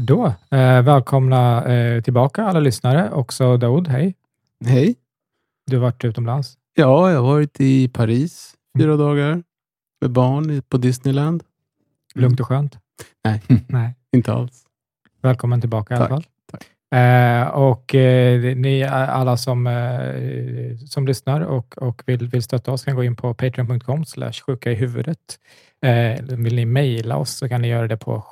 Då, välkomna tillbaka alla lyssnare. Också Daoud, hej. Hej. Du har varit utomlands? Ja, jag har varit i Paris 4 dagar med barn på Disneyland. Lugnt och skönt? Nej, inte alls. Välkommen tillbaka i alla fall. Tack. Och ni alla som lyssnar och vill stötta oss kan gå in på patreon.com/sjuka i huvudet. Vill ni mejla oss så kan ni göra det på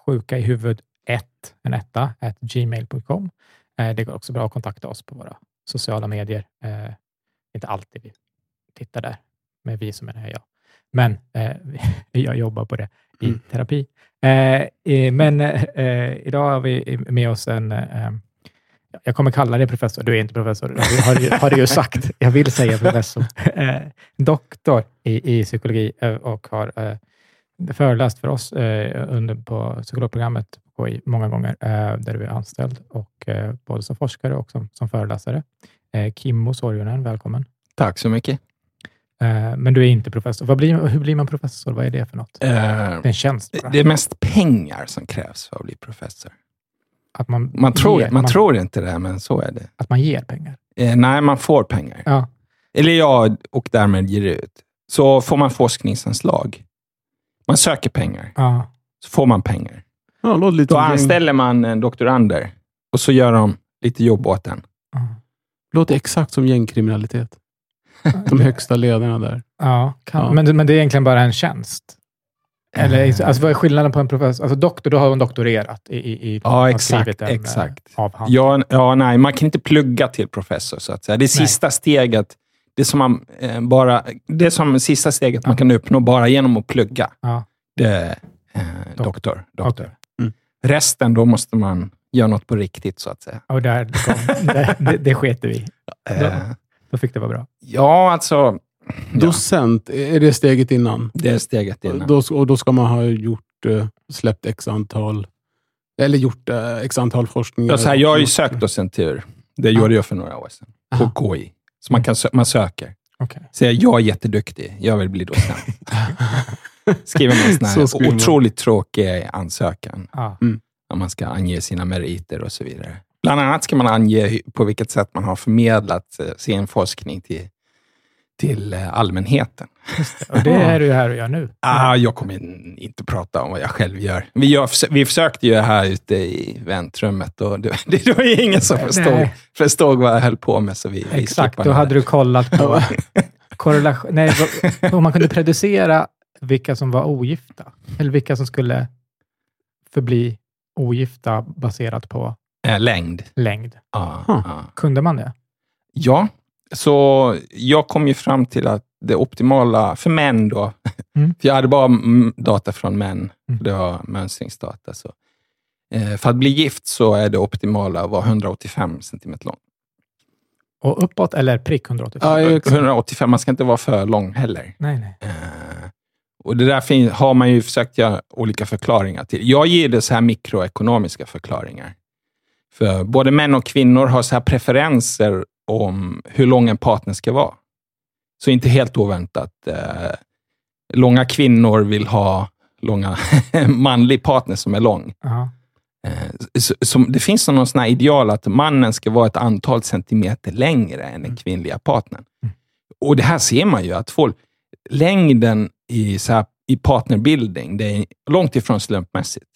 sjukaihuvud1@gmail.com. Det går också bra att kontakta oss på våra sociala medier. Inte alltid vi tittar där, men vi som är jag. Men jag jobbar på det i terapi. Men idag har vi med oss en... jag kommer kalla dig professor. Du är inte professor. Har du ju sagt. Jag vill säga professor. Doktor i psykologi och har föreläst för oss på psykologprogrammet många gånger där du är anställd och både som forskare och som föreläsare. Kimmo Sorjonen, välkommen. Tack så mycket. Men du är inte professor. Hur blir man professor? Vad är det för något? Det är en tjänst bara. Det är mest pengar som krävs för att bli professor. Att man tror inte det, men så är det. Att man ger pengar? Nej, man får pengar. Ja. Eller ja, och därmed ger ut. Så får man forskningsanslag. Man söker pengar. Ja. Så får man pengar. Ja, då anställer man doktorander. Och så gör de lite jobb åt den. Låter exakt som gängkriminalitet. De högsta ledarna där. Ja. Men det är egentligen bara en tjänst. Eller, alltså vad är skillnaden på en professor? Alltså doktor, då har hon doktorerat i ja, exakt. Avhandling. Ja, nej, man kan inte plugga till professor så att säga. Det sista steget, sista steget man kan uppnå bara genom att plugga. Ja. Det är doktor. Resten, då måste man göra något på riktigt så att säga. Och det sket vi. Då fick det vara bra. Ja, alltså... Docent, är det steget innan? Det är steget innan. Då ska man ha släppt x antal forskningar. Jag har ju sökt docentur. Det gjorde jag för några år sedan. På KI. Så man söker. Okay. Så jag är jätteduktig. Jag vill bli docent. Skriver man en sån här otroligt tråkig ansökan. Om man ska ange sina meriter och så vidare. Bland annat ska man ange på vilket sätt man har förmedlat sin forskning till allmänheten. Och det är du här och gör nu. Jag kommer inte prata om vad jag själv gör. Vi försökte ju här ute i väntrummet och det var ju ingen som förstod vad jag höll på med. Så vi exakt, då hade du kollat på korrelation. Nej, om man kunde predicera vilka som var ogifta. Eller vilka som skulle förbli ogifta baserat på längd. Kunde man det? Ja. Så jag kom ju fram till att det optimala för män då, för jag hade bara data från män, det var mönstringsdata. Så. För att bli gift så är det optimala att vara 185 cm lång. Och uppåt eller prick 185? Ja, 185, man ska inte vara för lång heller. Nej. Och det där har man ju försökt göra olika förklaringar till. Jag ger det så här mikroekonomiska förklaringar. För både män och kvinnor har så här preferenser om hur lång en partner ska vara. Så inte helt oväntat. Långa kvinnor vill ha långa manlig partner som är lång. Så det finns någon sån här ideal att mannen ska vara ett antal centimeter längre än den kvinnliga partnern. Och det här ser man ju att längden i partnerbildning, det är långt ifrån slumpmässigt.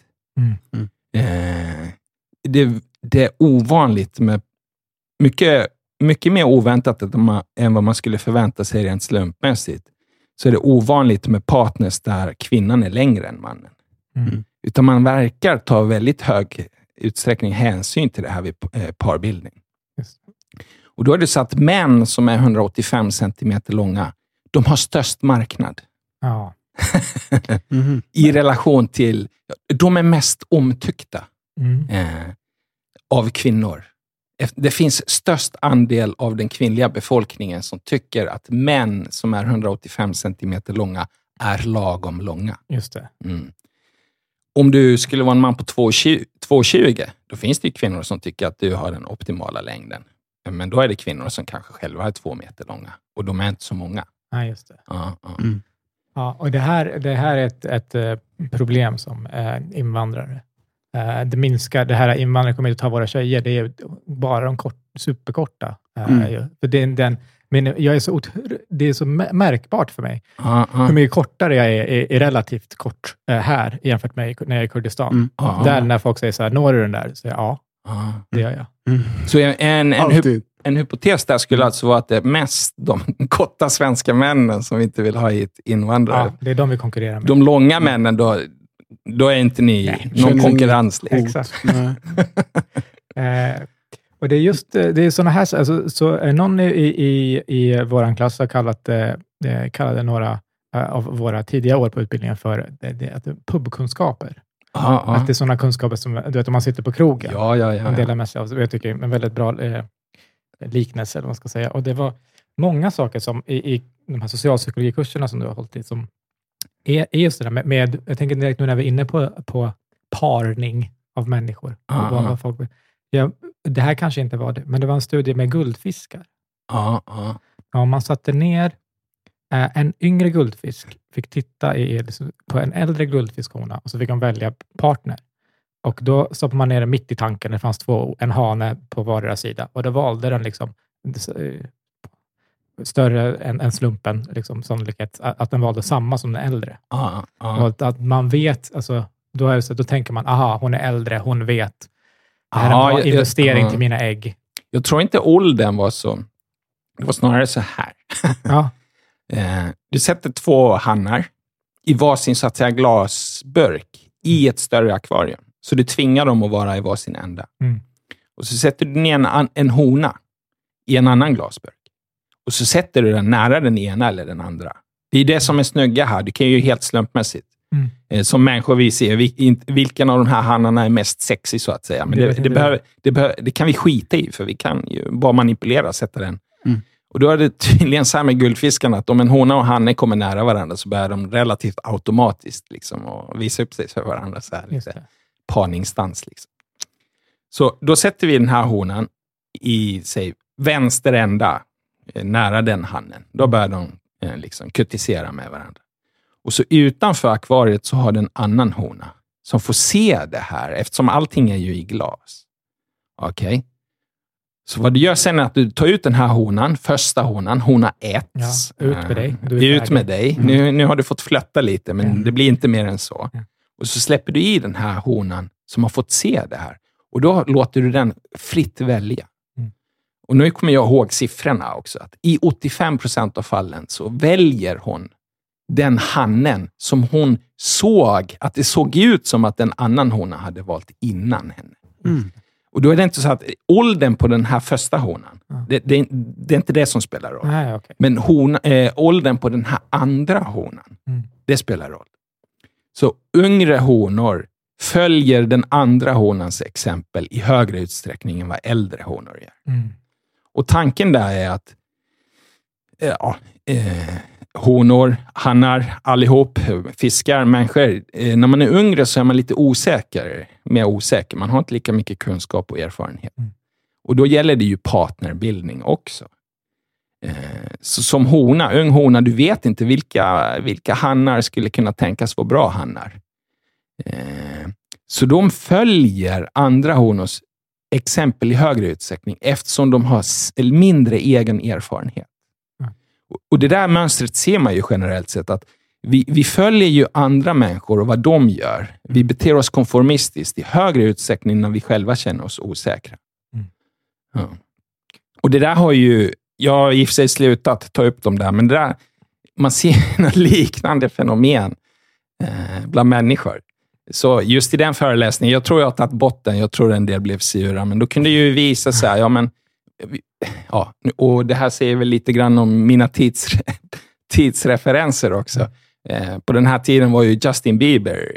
Det är ovanligt med mycket mer oväntat än vad man skulle förvänta sig rent slumpmässigt. Så är det ovanligt med partners där kvinnan är längre än mannen. Utan man verkar ta väldigt hög utsträckning hänsyn till det här vid parbildning. Just. Och då är det så att män som är 185 cm långa, de har störst marknad. Ja. I relation till, de är mest omtyckta av kvinnor. Det finns störst andel av den kvinnliga befolkningen som tycker att män som är 185 cm långa är lagom långa. Just det. Om du skulle vara en man på 2,20, då finns det ju kvinnor som tycker att du har den optimala längden. Men då är det kvinnor som kanske själva är 2 meter långa. Och de är inte så många. Ja, just det. Ja, och det här är ett problem som invandrare det minskar, det här invandringen kommer att ta våra tjejer, det är bara de superkorta. För men jag är det är så märkbart för mig. Hur mycket kortare jag är relativt kort här jämfört med när jag är i Kurdistan. Där när folk säger så här, når du den där? Så ja, det gör jag. Så en hypotes där skulle alltså vara att det är mest de korta svenska männen som inte vill ha hit invandrare. Ja, det är de vi konkurrerar med. De långa männen, då är inte ni någon konkurrens. Exakt. Och det är just det är såna här, alltså, så någon i våran klass har kallade några av våra tidiga år på utbildningen för pubkunskaper. Att det är sådana kunskaper som, du vet, om man sitter på krogen. Man delar med sig av. Jag tycker en väldigt bra liknelse, eller vad man ska säga. Och det var många saker som i de här socialpsykologikurserna som du har hållit i, som är just det där med jag tänker direkt nu när vi är inne på parning av människor. Vad folk, det här kanske inte var det, men det var en studie med guldfiskar. Ja, man satte ner en yngre guldfisk, fick titta på en äldre guldfiskhona och så fick de välja partner. Och då stoppade man ner den mitt i tanken. Det fanns en hane på vardera sida. Och då valde den liksom större än slumpen, liksom, sannolikhet att den valde samma som den äldre. Och att man vet, alltså, då tänker man, aha, hon är äldre, hon vet. Det här är en bra investering till mina ägg. Jag tror inte åldern var så. Det var snarare så här. Du sätter 2 hannar i varsin, så att säga, glasburk i ett större akvarium. Så du tvingar dem att vara i varsin ända. Och så sätter du ner en hona i en annan glasburk. Och så sätter du den nära den ena eller den andra. Det är det som är snygga här. Du kan ju helt slumpmässigt. Som människor vi ser vilken av de här hannarna är mest sexy, så att säga. Men det kan vi skita i, för vi kan ju bara manipulera, sätta den. Och då är det tydligen så här med guldfiskarna, att om en hona och hanne kommer nära varandra så börjar de relativt automatiskt liksom och visa upp sig för varandra så här lite parningsstans liksom. Så då sätter vi den här honan i, säg, vänster ända nära den hannen. Då börjar de liksom kutisera med varandra. Och så utanför akvariet så har den en annan hona som får se det här, eftersom allting är ju i glas. Okej. Så vad du gör sen är att du tar ut den här honan, första honan, hona 1. Ut med dig. Ut med dig. Nu har du fått flötta lite, men det blir inte mer än så. Och så släpper du i den här honan som har fått se det här. Och då låter du den fritt välja. Och nu kommer jag ihåg siffrorna också. Att i 85% av fallen så väljer hon den hannen som hon såg, att det såg ut som att en annan hona hade valt innan henne. Och då är det inte så att åldern på den här första honan, det är inte det som spelar roll. Nej, okay. Men åldern på den här andra honan, det spelar roll. Så yngre honor följer den andra honans exempel i högre utsträckning än vad äldre honor gör. Och tanken där är att honor, hannar, allihop, fiskar, människor. När man är yngre så är man lite mer osäker. Man har inte lika mycket kunskap och erfarenhet. Och då gäller det ju partnerbildning också. Så som ung hona, du vet inte vilka hannar skulle kunna tänkas vara bra hannar. Så de följer andra honors exempel i högre utsträckning eftersom de har mindre egen erfarenhet. Och det där mönstret ser man ju generellt sett, att vi följer ju andra människor och vad de gör. Vi beter oss konformistiskt i högre utsträckning när vi själva känner oss osäkra. Ja. Och det där har ju, jag har i och för sig slutat ta upp dem där, men det där, man ser en liknande fenomen bland människor. Så just i den föreläsningen, jag tror jag har tagit botten, jag tror en del blev sura, men då kunde ju visa sig, och det här säger väl lite grann om mina tidsreferenser också. På den här tiden var ju Justin Bieber,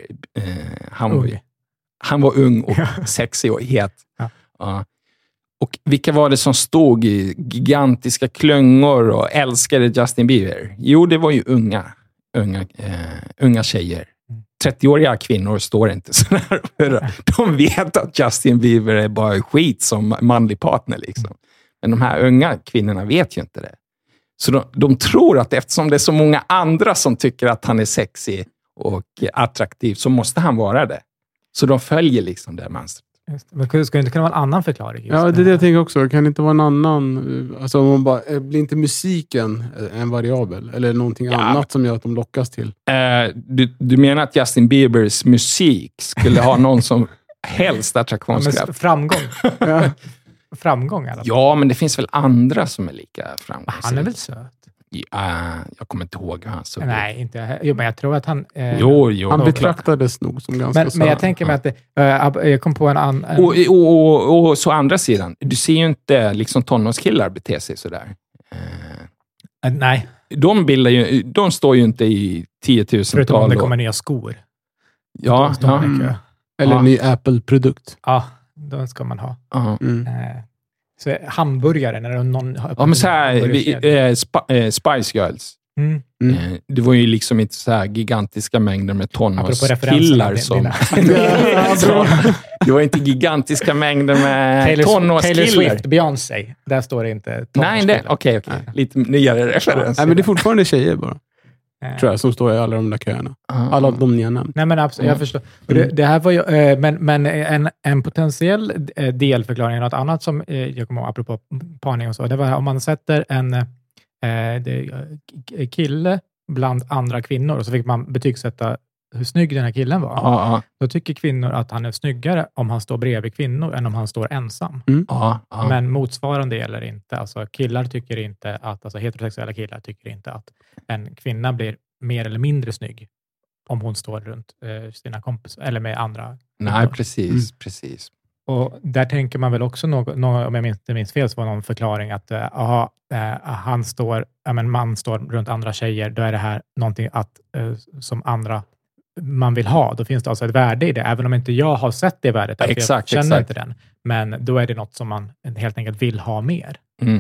han var ung och sexig och het. Och vilka var det som stod i gigantiska klungor och älskade Justin Bieber? Jo, det var ju unga tjejer. 30-åriga kvinnor står inte sådär. De vet att Justin Bieber är bara skit som manlig partner liksom. Men de här unga kvinnorna vet ju inte det. Så de tror att eftersom det är så många andra som tycker att han är sexig och attraktiv så måste han vara det. Så de följer liksom det mönstret. Men ska det inte kunna vara en annan förklaring? Ja, det är det jag tänker också. Kan det inte vara en annan... Alltså om man bara, blir inte musiken en variabel? Eller någonting annat som gör att de lockas till? Du menar att Justin Biebers musik skulle ha någon som helst attraktionskraft? Framgång. Framgång alltså. Ja, men det finns väl andra som är lika framgångsrika. Han är väl söt? Jag kommer inte ihåg hur han såg ut. Nej, inte. Jo, men jag tror att han... Han betraktades nog som ganska söt. Men jag tänker mig att jag kom på en annan... Och så andra sidan. Du ser ju inte liksom tonårskillar bete sig sådär. Nej. De står ju inte i 10 000-tal. Förutom om det kommer nya skor. Ja. Eller en ny Apple-produkt. Ja, då ska man ha. Så hamburgare, när någon har... Ja, men så här, Spice Girls. Det var ju liksom inte så här gigantiska mängder med tonårskillar som... Det var inte gigantiska mängder med tonårskillar. Taylor Swift, Beyoncé. Där står det inte tonårskillar. Nej, okej. Lite nyare referens. Nej, men det är fortfarande tjejer bara. Tror jag, som står i alla de där köerna. Alla de ni har nämnt. Nej, men absolut, jag förstår. Det här var ju, men en potentiell delförklaring, något annat som jag kommer ihåg, apropå parning och så, det var om man sätter en kille bland andra kvinnor och så fick man betygsätta hur snygg den här killen var. Då tycker kvinnor att han är snyggare om han står bredvid kvinnor än om han står ensam. Men motsvarande gäller inte. Alltså killar tycker inte att, alltså heterosexuella killar tycker inte att en kvinna blir mer eller mindre snygg om hon står runt sina kompisar eller med andra. Nej, precis. Och där tänker man väl också om jag inte minns fel, så var någon förklaring att man står runt andra tjejer, då är det här någonting som andra man vill ha. Då finns det alltså ett värde i det, även om inte jag har sett det värdet. Jag känner inte den. Men då är det något som man helt enkelt vill ha mer.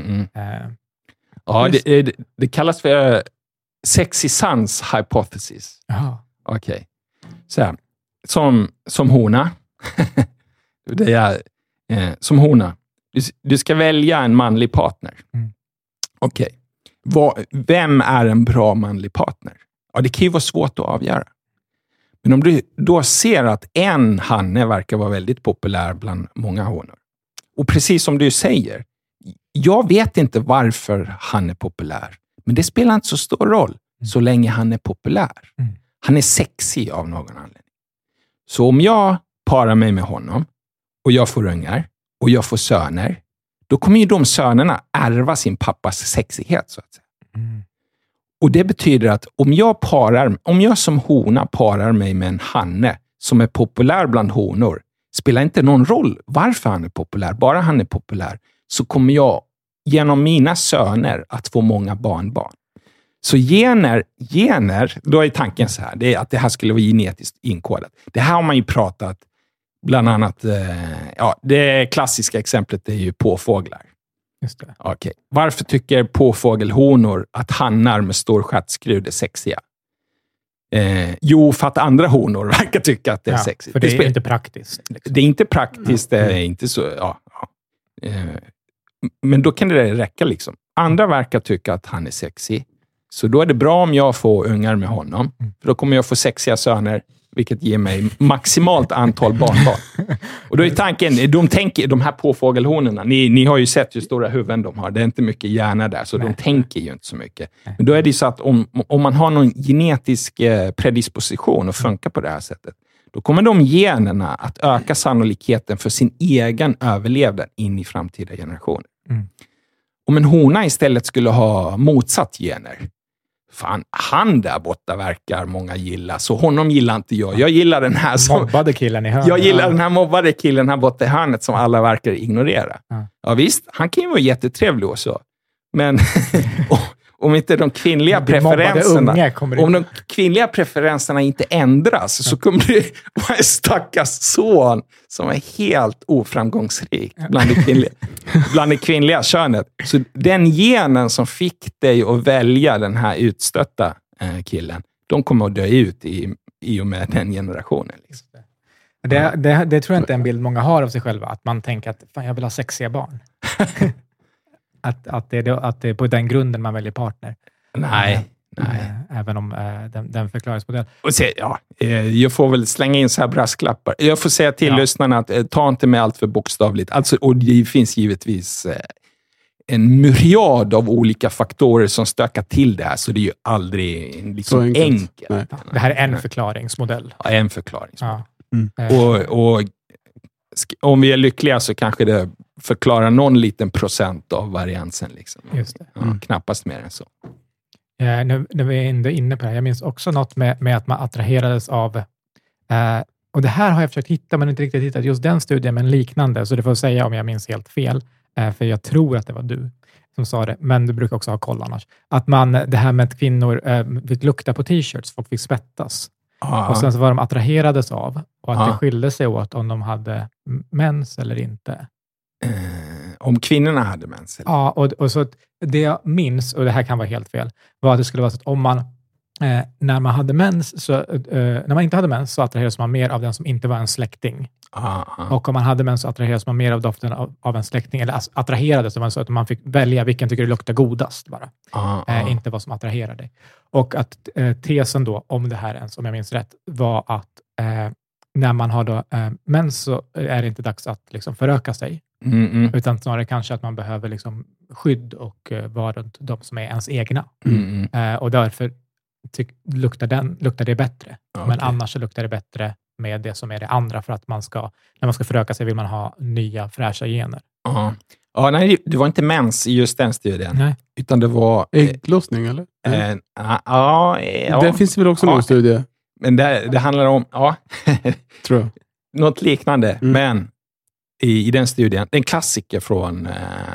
Det kallas för sexy sons hypothesis. Okej. Så här, som hona. Det är som hona. Du ska välja en manlig partner. Okej. Vem är en bra manlig partner? Ja, det kan ju vara svårt att avgöra. Men om du då ser att en hanne verkar vara väldigt populär bland många honor. Och precis som du säger, jag vet inte varför han är populär. Men det spelar inte så stor roll så länge han är populär. Han är sexig av någon anledning. Så om jag parar mig med honom och jag får ungar och jag får söner, då kommer ju de sönerna ärva sin pappas sexighet så att säga. Och det betyder att om jag som hona parar mig med en hanne som är populär bland honor, spelar inte någon roll varför han är populär. Bara han är populär så kommer jag genom mina söner att få många barnbarn. Så gener, då är tanken så här, det är att det här skulle vara genetiskt inkodat. Det här har man ju pratat bland annat, det klassiska exemplet är ju påfåglar. Just det. Okej. Varför tycker påfågelhonor att hannar med stor stjärtskruv är sexiga? Jo, för att andra honor verkar tycka att det är sexigt. För det är inte praktiskt. Liksom. Det är inte praktiskt, det är inte så... Men då kan det räcka liksom. Andra verkar tycka att han är sexig. Så då är det bra om jag får ungar med honom. För då kommer jag få sexiga söner, vilket ger mig maximalt antal barnbarn. Och då är tanken, de här påfågelhonorna, ni har ju sett hur stora huvuden de har. Det är inte mycket hjärna där, så de tänker ju inte så mycket. Men då är det så att om man har någon genetisk predisposition och funkar på det här sättet, då kommer de generna att öka sannolikheten för sin egen överlevnad in i framtida generationer. Om en hona istället skulle ha motsatt gener, fan, han där borta verkar många gilla. Så honom gillar inte jag. Jag gillar den här som... mobbade killen i hörnet. Jag gillar den här mobbade killen här borta i hörnet som alla verkar ignorera. Ja visst, han kan ju vara jättetrevlig och så. Men om inte de kvinnliga preferenserna... Om de kvinnliga preferenserna inte ändras så kommer det vara en stackars son som är helt oframgångsrik bland det kvinnliga könet. Så den genen som fick dig att välja den här utstötta killen, de kommer att dö ut i och med den generationen. Liksom. Det tror jag inte är en bild många har av sig själva. Att man tänker att fan, jag vill ha sexiga barn. att det är på den grunden man väljer partner. Nej, Även om den förklaringsmodellen. Och jag får väl slänga in så här brasklappar. Jag får säga till lyssnarna att ta inte med allt för bokstavligt. Alltså, och det finns givetvis en myriad av olika faktorer som stökar till det här, så det är ju aldrig liksom enkelt. Det här är en förklaringsmodell. Ja, en förklaringsmodell. Och om vi är lyckliga så kanske det förklarar någon liten procent av variansen. Liksom. Just det. Knappast mer än så. När vi är inne på det här, jag minns också något med att man attraherades av, och det här har jag försökt hitta men inte riktigt hittat just den studien, men liknande, så det får jag säga om jag minns helt fel, för jag tror att det var du som sa det, men du brukar också ha koll annars. Att det här med att kvinnor fick lukta på t-shirts, folk fick svettas. Och sen så var de attraherades av, och att det skilde sig åt om de hade mens eller inte. Om kvinnorna hade mens? Eller? Ja, och så det jag minns, och det här kan vara helt fel, var att det skulle vara så att om man när man hade mens, så när man inte hade mens så attraherades man mer av den som inte var en släkting. Och om man hade mens så attraherades man mer av doften av en släkting, eller attraherades, det var så att man fick välja vilken tycker du luktar godast bara. Inte vad som attraherar dig. Och att tesen då, om det här ens, om jag minns rätt, var att när man har då mens så är det inte dags att liksom föröka sig. Utan snarare kanske att man behöver liksom skydd och vara runt de som är ens egna. Och därför luktar det bättre. Okay. Men annars så luktar det bättre med det som är det andra, för att när man ska föröka sig vill man ha nya fräscha gener. Ja, nej, det var inte mens i just den studien. Nej. Utan det var ägglossning, eller? Ja. Det finns väl också någon studie? Men det handlar om, tror jag. Något liknande, men i den studien, en klassiker från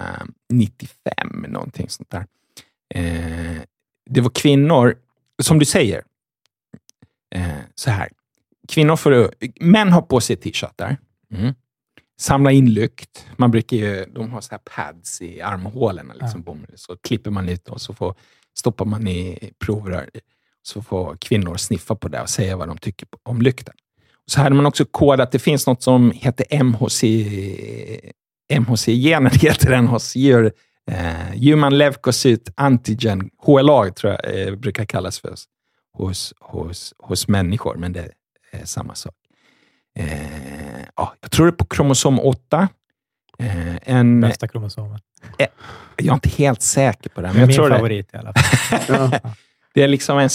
95, någonting sånt där. Det var kvinnor, som du säger, så här. Män har på sig t-shirtar. Samla in lukt. Man brukar de har så här pads i armhålorna liksom, så klipper man ut och så stoppar man i provrör. Så får kvinnor sniffa på det och säga vad de tycker om lukten. Så hade man också kodat, det finns något som heter MHC-genen heter den hos djur. Human Leukocyte Antigen, HLA tror jag brukar kallas för hos människor, men det är samma sak. Jag tror det är på kromosom 8. Bästa kromosomen. Jag är inte helt säker på det. Men jag tror min favorit i alla fall. Det är liksom en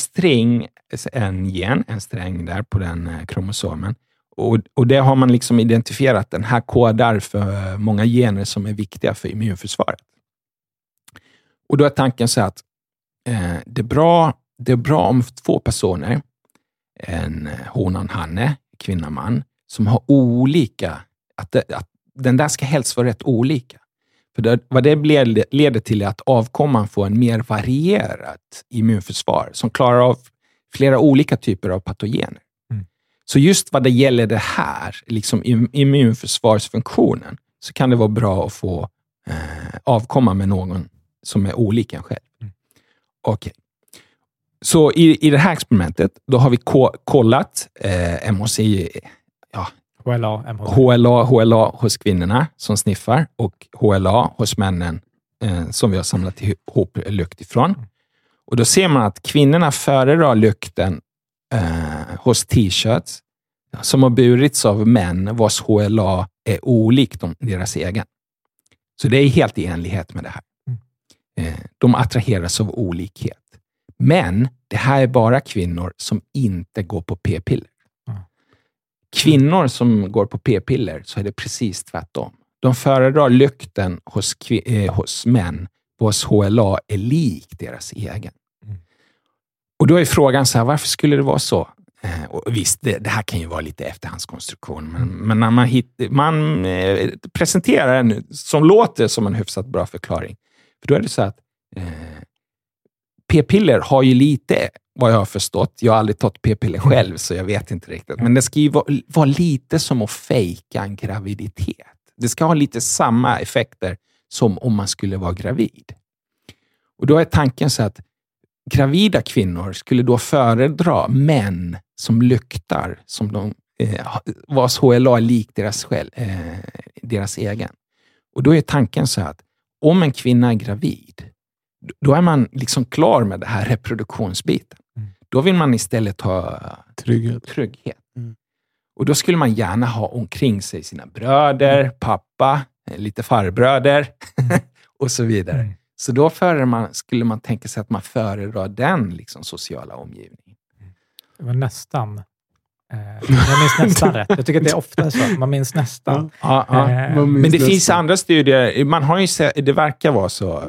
sträng där på den kromosomen. Och det har man liksom identifierat. Den här kodar för många gener som är viktiga för immunförsvaret. Och då är tanken så att det är bra om två personer, en hona och en hanne, kvinna och man, som har olika, att den där ska helst vara rätt olika. För vad det leder till är att avkomman får en mer varierat immunförsvar som klarar av flera olika typer av patogener. Så just vad det gäller det här, liksom immunförsvarsfunktionen, så kan det vara bra att få avkomma med någon som är olik en själv. Okej. Så i det här experimentet, då har vi kollat HLA hos kvinnorna som sniffar och HLA hos männen som vi har samlat ihop lukt ifrån. Och då ser man att kvinnorna föredrar lukten hos t-shirts som har burits av män vars HLA är olikt deras egen. Så det är helt i enlighet med det här. De attraheras av olikhet. Men det här är bara kvinnor som inte går på p-piller. Kvinnor som går på p-piller, så är det precis tvärtom. De föredrar lukten hos män vars HLA är lik deras egen. Och då är frågan så här, varför skulle det vara så? Och visst, det här kan ju vara lite efterhandskonstruktion, men när man presenterar en som låter som en hyfsat bra förklaring. För då är det så att p-piller har ju lite, vad jag har förstått, jag har aldrig tagit p-piller själv så jag vet inte riktigt, men det ska ju vara lite som att fejka en graviditet. Det ska ha lite samma effekter som om man skulle vara gravid. Och då är tanken så att gravida kvinnor skulle då föredra män som luktar som de vars HLA är lik deras egen. Och då är tanken så att om en kvinna är gravid, då är man liksom klar med det här reproduktionsbiten. Då vill man istället ha trygghet. Och då skulle man gärna ha omkring sig sina bröder, pappa, lite farbröder och så vidare. Så då skulle man tänka sig att man föredrar den liksom sociala omgivningen. Det var nästan. Jag minns nästan rätt. Jag tycker att det är ofta så att man minns nästan. Men det finns andra studier. Man har ju sett, det verkar vara så.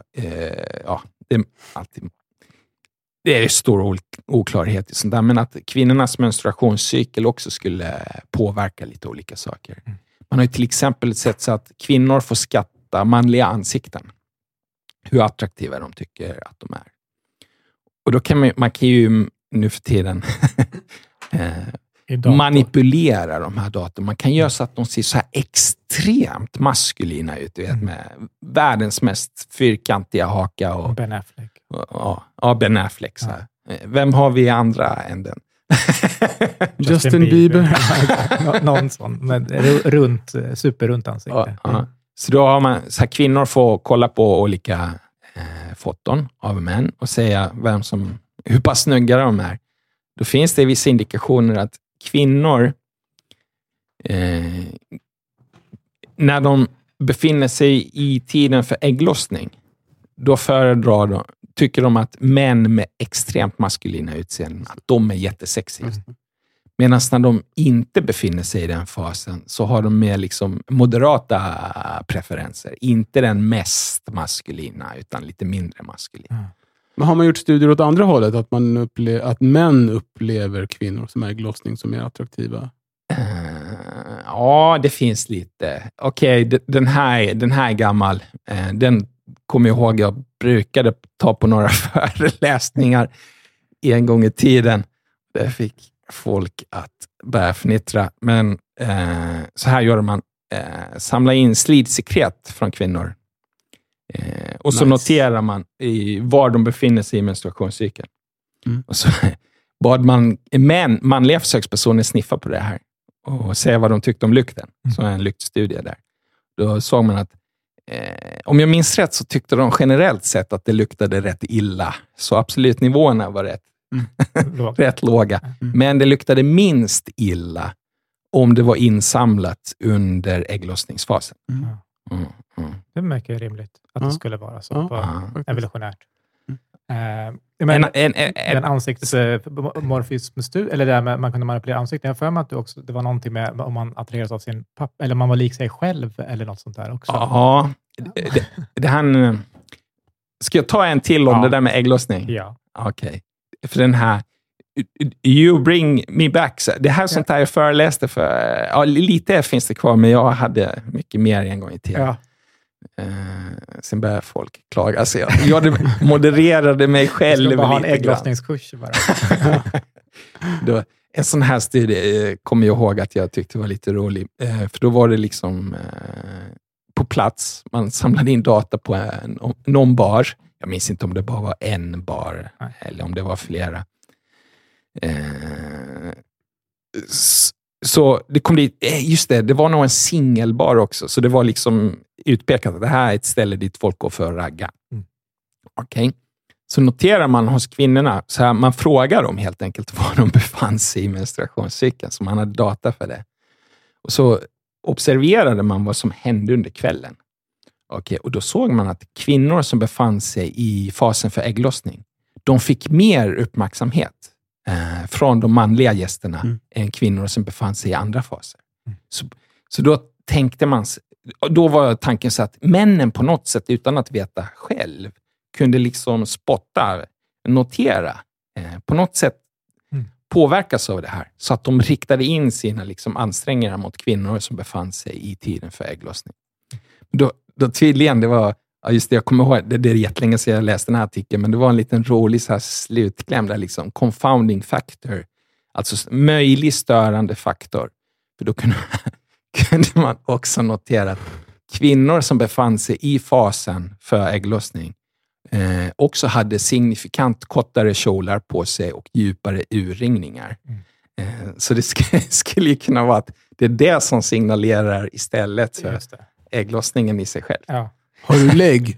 Det är stor oklarhet i sånt där, men att kvinnornas menstruationscykel också skulle påverka lite olika saker. Man har ju till exempel sett så att kvinnor får skatta manliga ansikten. Hur attraktiva de tycker att de är. Och då kan man kan ju nu för tiden manipulera de här datorn. Man kan göra så att de ser så här extremt maskulina ut. Vet, med världens mest fyrkantiga haka. Och Ben Affleck. Ben Affleck. Så här. Vem har vi andra än den? Justin Bieber. Någon sån. Men superrunt ansikte. Så då har man så här, kvinnor får kolla på olika foton av män och säga hur pass snygga de är. Då finns det vissa indikationer att kvinnor när de befinner sig i tiden för ägglossning, då tycker de att män med extremt maskulina utseenden, att de är jättesexiga. Medan när de inte befinner sig i den fasen så har de mer liksom moderata preferenser. Inte den mest maskulina utan lite mindre maskulina. Men har man gjort studier åt andra hållet? Att män upplever kvinnor som är ägglossning som är attraktiva? Ja, det finns lite. Okej, den här är gammal. Den kommer jag ihåg. Jag brukade ta på några föreläsningar en gång i tiden. Det fick folk att börja fnittra. Men så här gör man. Samla in slidsekret från kvinnor. Och så noterar man var de befinner sig i menstruationscykeln. Och så bad manliga försökspersoner sniffa på det här. Och säga vad de tyckte om lukten. Så en luktstudie där. Då såg man att om jag minns rätt så tyckte de generellt sett att det luktade rätt illa. Så absolut nivåerna var rätt låga. Men det luktade minst illa om det var insamlat under ägglossningsfasen. Det märker rimligt att det skulle vara så evolutionärt. En ansiktsmorfism eller det där med man kunde manipulera ansikten. Jag för mig att det var någonting med om man attraheras av sin pappa eller man var lik sig själv eller något sånt där också. Ja, det här. Ska jag ta en till om det där med ägglossning? Ja. Okej. För den här You bring me back. Det här sånt här jag föreläste för. Lite finns det kvar, men jag hade mycket mer en gång i tiden. Sen började folk klaga. Så jag modererade mig själv. Jag ska bara ha en ägglossningskurs bara. En sån här studie kommer jag ihåg att jag tyckte var lite rolig. För då var det liksom på plats. Man samlade in data på någon bar. Jag minns inte om det bara var en bar. Eller om det var flera. Så det kom dit, just det var nog en singelbar också. Så det var liksom utpekat att det här är ett ställe dit folk går för att ragga. Okej. Så noterar man hos kvinnorna, så här, man frågar dem helt enkelt var de befann sig i menstruationscykeln. Så man hade data för det. Och så observerade man vad som hände under kvällen. Okej, och då såg man att kvinnor som befann sig i fasen för ägglossning, de fick mer uppmärksamhet från de manliga gästerna än kvinnor som befann sig i andra faser. Så då tänkte man, då var tanken så att männen på något sätt utan att veta själv kunde liksom notera, på något sätt påverkas av det här. Så att de riktade in sina liksom ansträngningar mot kvinnor som befann sig i tiden för ägglossning. Då tydligen, det var, just det, jag kommer ihåg, det är jättelänge sedan jag läste den här artikeln, men det var en liten rolig så här slutkläm där liksom, confounding factor, alltså möjlig störande faktor. För då kunde man också notera att kvinnor som befann sig i fasen för ägglossning också hade signifikant kortare kjolar på sig och djupare urringningar. Så det skulle ju kunna vara att det är det som signalerar istället för ägglossningen i sig själv. Ja. Har du lägg?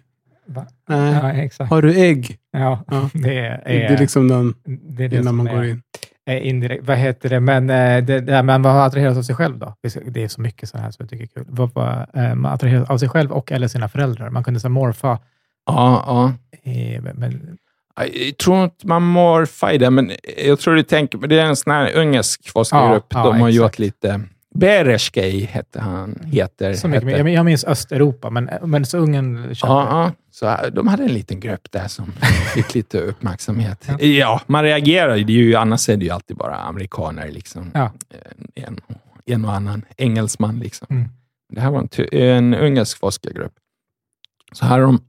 Nej. Ja, exakt. Har du ägg? Ja, Ja. det är Det är liksom den det är det innan som man går in. är indirekt. Vad heter det? Men men vad attraheras av sig själv då? Det är så mycket så här som jag tycker är kul. Man attraheras av sig själv och eller sina föräldrar. Man kunde så morfa. Ja. Men, Jag tror inte man morfar i det, men jag tror du tänker, det är en sån här ungersk forskargrupp. Ja, de har exakt. gjort lite... Bereshkej heter. så mycket, jag minns Östeuropa, men så Ungern köpte. Ja, så de hade en liten grupp där som fick lite uppmärksamhet. Ja, man reagerar ju, annars är det ju alltid bara amerikaner liksom. Ja. En och annan engelsman liksom. Mm. Det här var en ungersk forskargrupp. Så här har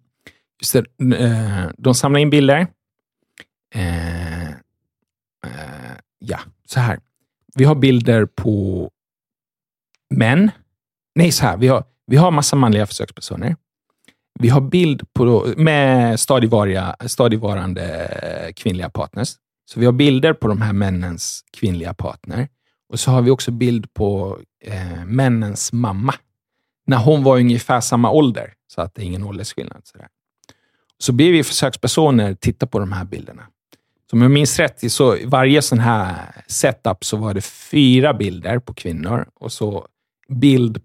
de samlar in bilder. Så här. Vi har bilder på män. Nej, så här. Vi har massa manliga försökspersoner. Vi har bild med stadigvarande kvinnliga partners. Så vi har bilder på de här männens kvinnliga partner. Och så har vi också bild på männens mamma. När hon var ungefär samma ålder. Så att det är ingen åldersskillnad. Så ber vi försökspersoner titta på de här bilderna. Så om jag minns rätt, så varje sån här setup så var det 4 bilder på kvinnor. Och så bild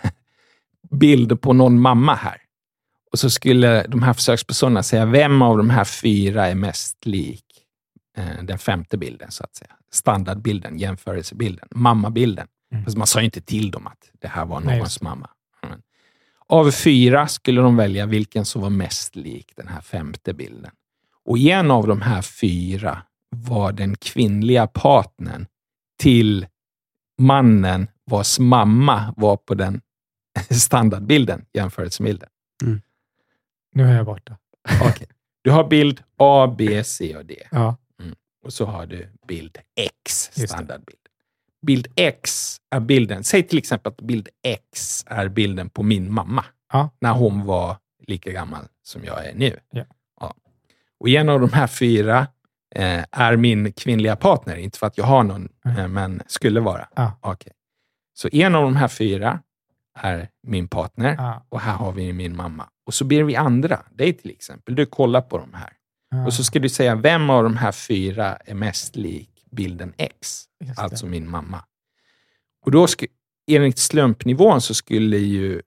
på någon mamma här. Och så skulle de här försökspersonerna säga vem av de här 4 är mest lik den 5:e bilden så att säga. Standardbilden, jämförelsebilden, mammabilden. Fast man sa ju inte till dem att det här var någons mamma. Av 4 skulle de välja vilken som var mest lik den här 5:e bilden. Och en av de här 4 var den kvinnliga partnern till mannen vars mamma var på den standardbilden, jämförelsebilden. Mm. Nu är jag borta. Okay. Du har bild A, B, C och D. Ja. Och så har du bild X, standardbild. Bild X är bilden. Säg till exempel att bild X är bilden på min mamma. Ja. När hon var lika gammal som jag är nu. Ja. Ja. Och en av de här 4 är min kvinnliga partner. Inte för att jag har någon, men skulle vara. Ja. Okay. Så en av de här 4 är min partner. Ja. Och här har vi min mamma. Och så ber vi andra, dig till exempel, du kollar på de här. Ja. Och så ska du säga vem av de här 4 är mest lik bilden X. Just det. Alltså min mamma. Och då enligt slumpnivån så skulle ju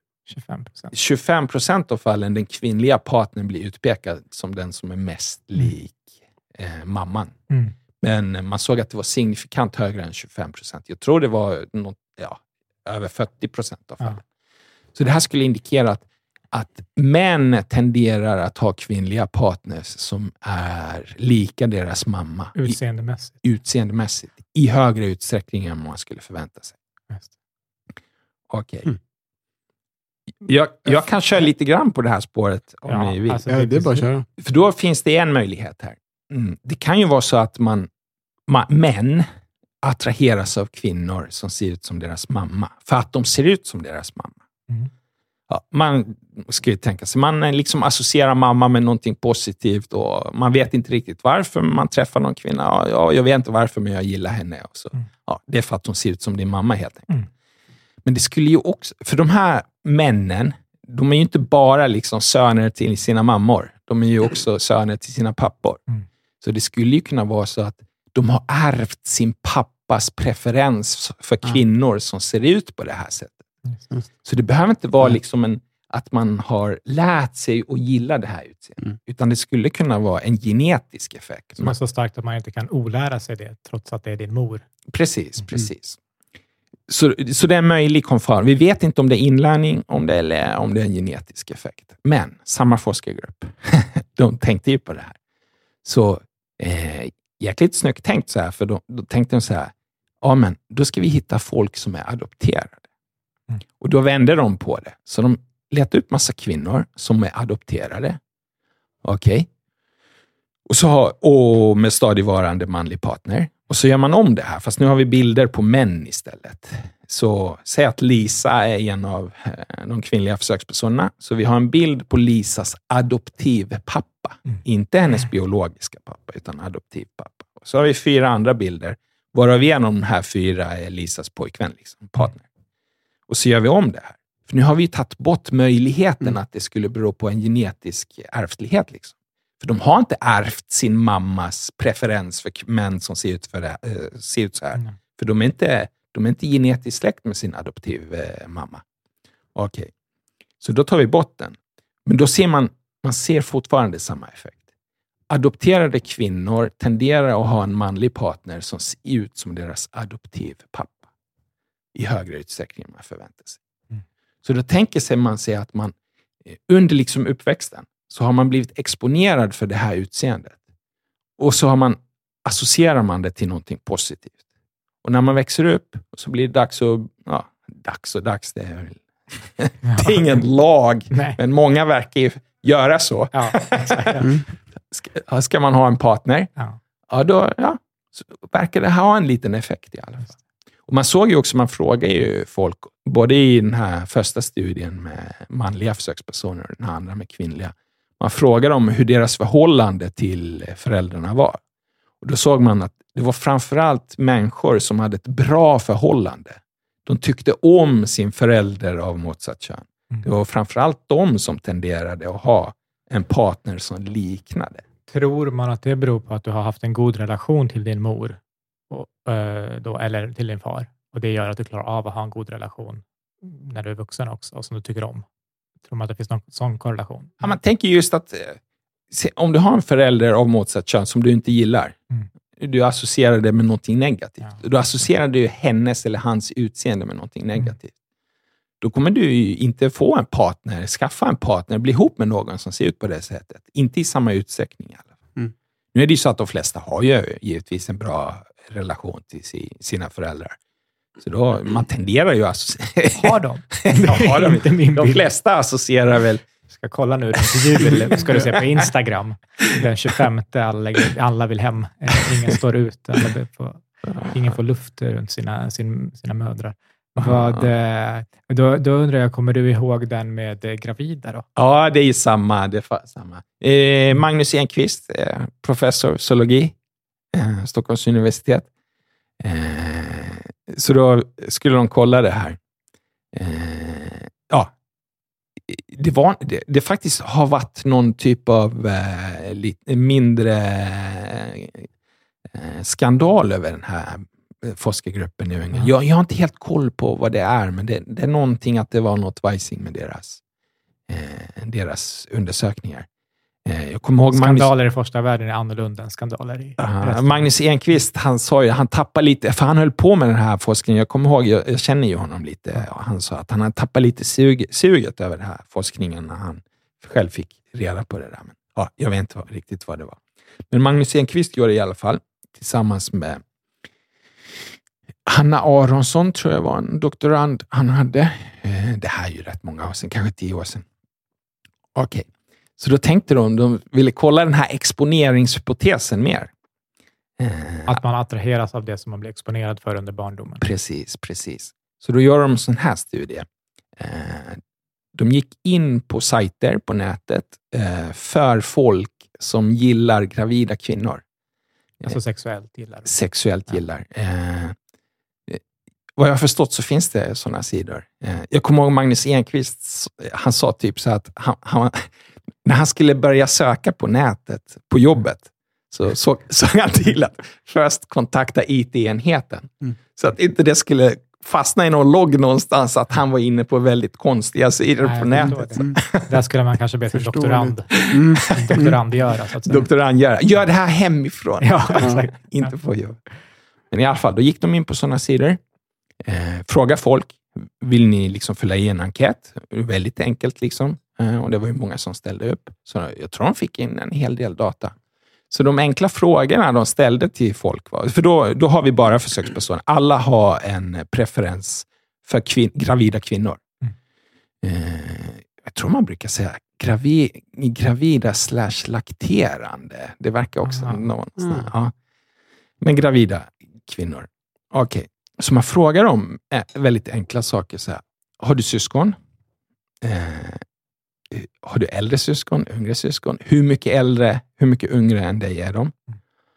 25% av fallen den kvinnliga partnern bli utpekad som den som är mest lik mamman. Mm. Men man såg att det var signifikant högre än 25%. Jag tror det var över 40% av fallen. Ja. Så det här skulle indikera att män tenderar att ha kvinnliga partners som är lika deras mamma. Utseendemässigt. I högre utsträckning än man skulle förvänta sig. Okej. Okay. Jag kan köra lite grann på det här spåret om ni vill. Alltså, det är bara att köra. För då finns det en möjlighet här. Det kan ju vara så att män attraheras av kvinnor som ser ut som deras mamma. För att de ser ut som deras mamma. Mm. Ja, man ska ju tänka sig, man liksom associerar mamma med någonting positivt och man vet inte riktigt varför man träffar någon kvinna. Ja, jag vet inte varför, men jag gillar henne. Och så. Ja, det är för att hon ser ut som din mamma helt enkelt. Mm. Men det skulle ju också, för de här männen, de är ju inte bara liksom söner till sina mammor. De är ju också söner till sina pappor. Mm. Så det skulle ju kunna vara så att de har ärvt sin pappas preferens för kvinnor som ser ut på det här sättet. Så det behöver inte vara liksom att man har lärt sig att gilla det här utseendet. Utan det skulle kunna vara en genetisk effekt. Som är så starkt att man inte kan olära sig det trots att det är din mor. Precis. Så det är en möjlig konfar. Vi vet inte om det är inlärning eller om det är en genetisk effekt. Men samma forskargrupp, de tänkte ju på det här. Så jäkligt snyggt tänkt så här. För då tänkte de så här, ja men då ska vi hitta folk som är adopterade. Och då vände de på det. Så de letade upp massa kvinnor som är adopterade. Okej. Och med stadigvarande manlig partner. Och så gör man om det här. Fast nu har vi bilder på män istället. Så säg att Lisa är en av de kvinnliga försökspersonerna. Så vi har en bild på Lisas adoptivpappa. Inte hennes biologiska pappa utan adoptivpappa. Och så har vi 4 andra bilder. Varav en av de här 4 är Lisas pojkvän, liksom, partner. Och så gör vi om det här. För nu har vi tagit bort möjligheten att det skulle bero på en genetisk ärftlighet. Liksom. För de har inte ärvt sin mammas preferens för män som ser ut så här. För de är inte genetiskt släkt med sin adoptiv mamma. Okej. Så då tar vi bort den. Men då ser man ser fortfarande samma effekt. Adopterade kvinnor tenderar att ha en manlig partner som ser ut som deras adoptiv pappa. I högre utsträckning än man förväntar sig. Så då tänker sig man sig att man under liksom uppväxten så har man blivit exponerad för det här utseendet. Och så associerar man det till någonting positivt. Och när man växer upp så blir det dags, det är ingen lag. Nej. Men många verkar ju göra så. Ja, exakt. Ska man ha en partner? Så verkar det ha en liten effekt i alla fall. Och man såg ju också, man frågar ju folk, både i den här första studien med manliga försökspersoner och den andra med kvinnliga. Man frågar dem hur deras förhållande till föräldrarna var. Och då såg man att det var framförallt människor som hade ett bra förhållande. De tyckte om sin förälder av motsatt kön. Det var framförallt de som tenderade att ha en partner som liknade. Tror man att det beror på att du har haft en god relation till din mor eller till din far? Och det gör att du klarar av att ha en god relation när du är vuxen också och som du tycker om. Tror man att det finns någon sån korrelation? Ja, man tänker just att om du har en förälder av motsatt kön som du inte gillar, du associerar det med någonting negativt. Ja. Du associerar du hennes eller hans utseende med någonting negativt. Då kommer du ju inte få en partner, skaffa en partner, bli ihop med någon som ser ut på det sättet. Inte i samma utsträckning i alla fall. Nu är det ju så att de flesta har ju givetvis en bra relation till sina föräldrar. Så då, man tenderar ju att associera. Har de? Ja, de flesta associerar väl. Ska kolla nu den jul, ska du se på Instagram. Den 25, alla vill hem. Ingen står ut. Ingen får luft runt sina mödrar. Då undrar jag, kommer du ihåg den med gravida då? Ja, det är ju samma. Magnus Enqvist, professor zoologi, Stockholms universitet. Så då skulle de kolla det här. Det faktiskt har varit någon typ av lite mindre skandal över den här forskargruppen i Ungern. Jag har inte helt koll på vad det är, men det är någonting att det var något vajsing med deras undersökningar. Jag kommer ihåg skandaler i första världen är annorlunda än skandaler i Magnus Enqvist, han sa ju, han tappade lite, för han höll på med den här forskningen. Jag kommer ihåg, jag känner ju honom lite. Han sa att han hade tappat lite suget över den här forskningen när han själv fick reda på det där. Men, jag vet inte riktigt vad det var. Men Magnus Enqvist gjorde det i alla fall tillsammans med Hanna Aronsson, tror jag var en doktorand han hade. Det här är ju rätt många år sedan, kanske 10 år sedan. Okej. Så då tänkte de ville kolla den här exponeringshypotesen mer. Att man attraheras av det som man blir exponerad för under barndomen. Precis. Så då gör de en sån här studie. De gick in på sajter på nätet för folk som gillar gravida kvinnor. Alltså sexuellt gillar. Sexuellt gillar. Vad jag har förstått så finns det sådana sidor. Jag kommer ihåg Magnus Enqvist, han sa typ så att han när han skulle börja söka på nätet på jobbet så såg han till att först kontakta IT-enheten. Så att inte det skulle fastna i någon logg någonstans att han var inne på väldigt konstiga sidor på nätet. Där skulle man kanske be till doktorand göra. Så att säga. Doktorand göra. Gör det här hemifrån. Ja. Inte på jobb. Men i alla fall, då gick de in på sådana sidor. Fråga folk, vill ni liksom fylla i en enkät? Väldigt enkelt liksom. Och det var ju många som ställde upp. Så jag tror de fick in en hel del data. Så de enkla frågorna de ställde till folk var... För då har vi bara försökspersoner. Alla har en preferens för gravida kvinnor. Jag tror man brukar säga gravida/lakterande. Det verkar också någonstans. Ja. Men gravida kvinnor. Okej. Så man frågar om väldigt enkla saker. Så här, har du syskon? Har du äldre syskon, yngre syskon? Hur mycket äldre, hur mycket yngre än dig är de?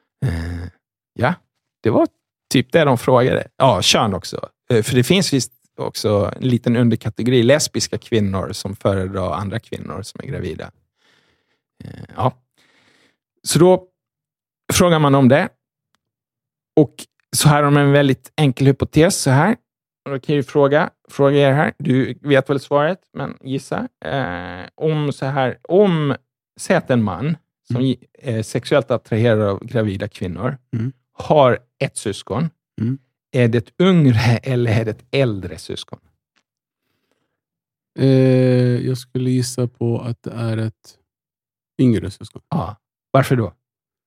Det var typ det de frågade. Ja, kön också. För det finns visst också en liten underkategori lesbiska kvinnor som föredrar andra kvinnor som är gravida. Ja. Så då frågar man om det. Och så här har de en väldigt enkel hypotes så här. Och då kan jag ju fråga er här. Du vet väl svaret, men gissa. Säg att en man som är sexuellt attraherad av gravida kvinnor har ett syskon. Är det ett yngre eller är det ett äldre syskon? Jag skulle gissa på att det är ett yngre syskon. Ja. Varför då?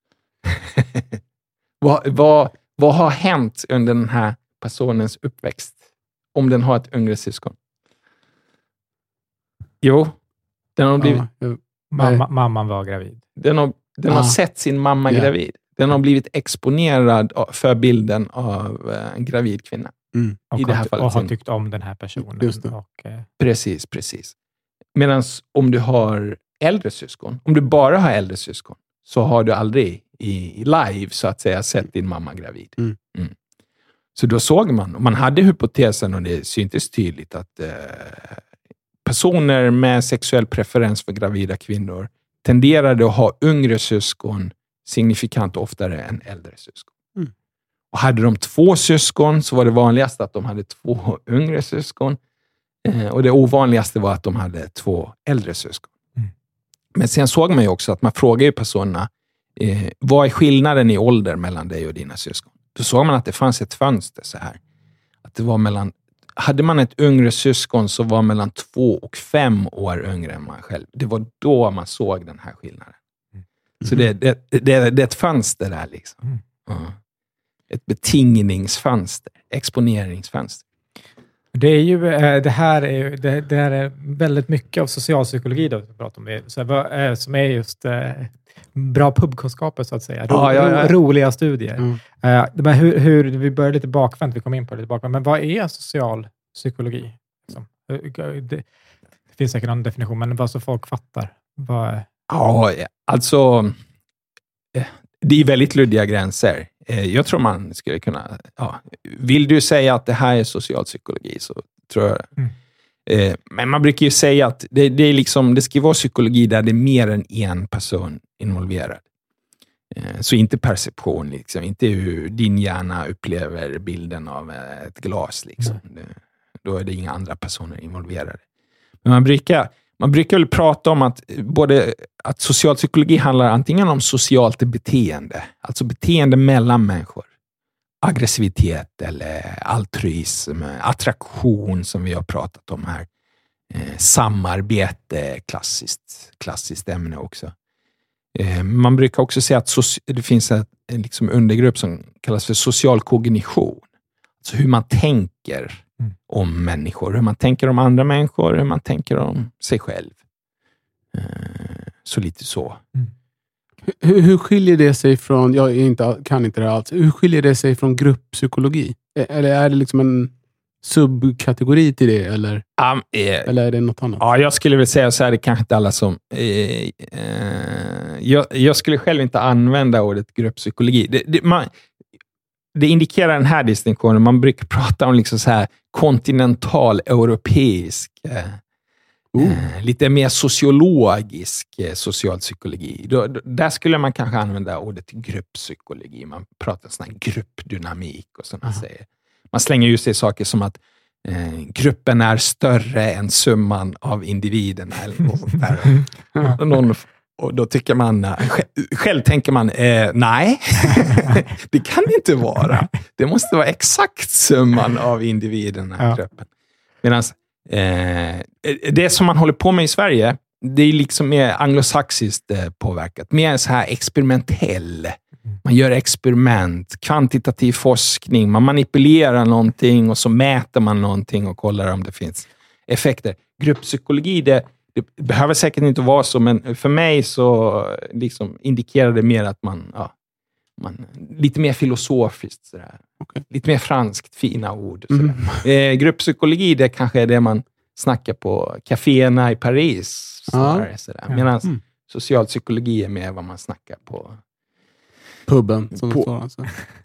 Vad har hänt under den här personens uppväxt? Om den har ett yngre syskon? Jo, den har blivit... Mamman var gravid. Den har sett sin mamma gravid. Den har blivit exponerad för bilden av en gravid kvinna. Och, i det här fallet och har tyckt om den här personen. Just det. Precis. Medan om du har äldre syskon, om du bara har äldre syskon, så har du aldrig i live så att säga sett din mamma gravid. Så då såg man hade hypotesen, och det syntes tydligt, att personer med sexuell preferens för gravida kvinnor tenderade att ha yngre syskon signifikant oftare än äldre syskon. Och hade de 2 syskon så var det vanligast att de hade 2 yngre syskon. Och det ovanligaste var att de hade 2 äldre syskon. Men sen såg man ju också att man frågar ju personerna vad är skillnaden i ålder mellan dig och dina syskon? Då såg man att det fanns ett fönster så här. Att det var hade man ett yngre syskon så var mellan 2 och 5 år yngre än man själv. Det var då man såg den här skillnaden. Så det är ett fönster där liksom. Ett betingningsfönster, exponeringsfönster. Det är ju det här är väldigt mycket av socialpsykologi då vi pratar om det, så, som är just bra pubkunskaper så att säga. Roliga studier. Men hur vi börjar lite bakvänt, vi kommer in på det lite bakvänt. Men vad är social psykologi? Det finns säkert någon definition, men vad så folk fattar. Ja, alltså det är väldigt luddiga gränser. Jag tror man skulle kunna... Ja, vill du säga att det här är socialpsykologi så tror jag det. Men man brukar ju säga att det är liksom, det ska vara psykologi där det är mer än en person involverad. Så inte perception, liksom, inte hur din hjärna upplever bilden av ett glas. Liksom. Då är det inga andra personer involverade. Men man brukar väl prata om att socialpsykologi handlar antingen om socialt beteende, alltså beteende mellan människor, aggressivitet eller altruism, attraktion som vi har pratat om här, samarbete, klassiskt ämne också. Man brukar också säga att det finns en liksom undergrupp som kallas för social kognition, alltså hur man tänker om människor, hur man tänker om andra människor, hur man tänker om sig själv. Så lite så. Hur skiljer det sig från, kan inte det alls, hur skiljer det sig från grupppsykologi? Eller är det liksom en subkategori till det? Eller är det något annat? Ja, jag skulle väl säga så här, det kanske inte alla som... jag skulle själv inte använda ordet grupppsykologi. Det indikerar den här distinktionen. Man brukar prata om liksom så här kontinental europeisk lite mer sociologisk socialpsykologi. Där skulle man kanske använda ordet grupppsykologi. Man pratar sån här gruppdynamik och sådana säger. Man slänger ju sig saker som att gruppen är större än summan av individerna eller något sånt där. Och då tycker man, själv tänker man, nej, det kan det inte vara. Det måste vara exakt summan av individerna i gruppen. Medan det som man håller på med i Sverige, det är liksom mer anglosaxiskt påverkat. Mer så här experimentell. Man gör experiment, kvantitativ forskning, man manipulerar någonting och så mäter man någonting och kollar om det finns effekter. Grupppsykologi, det behöver säkert inte vara så, men för mig så liksom indikerar det mer att man lite mer filosofiskt sådär. Okay. Lite mer franskt, fina ord. Grupppsykologi, det kanske är det man snackar på kaféerna i Paris. Medan socialpsykologi är mer vad man snackar på puben.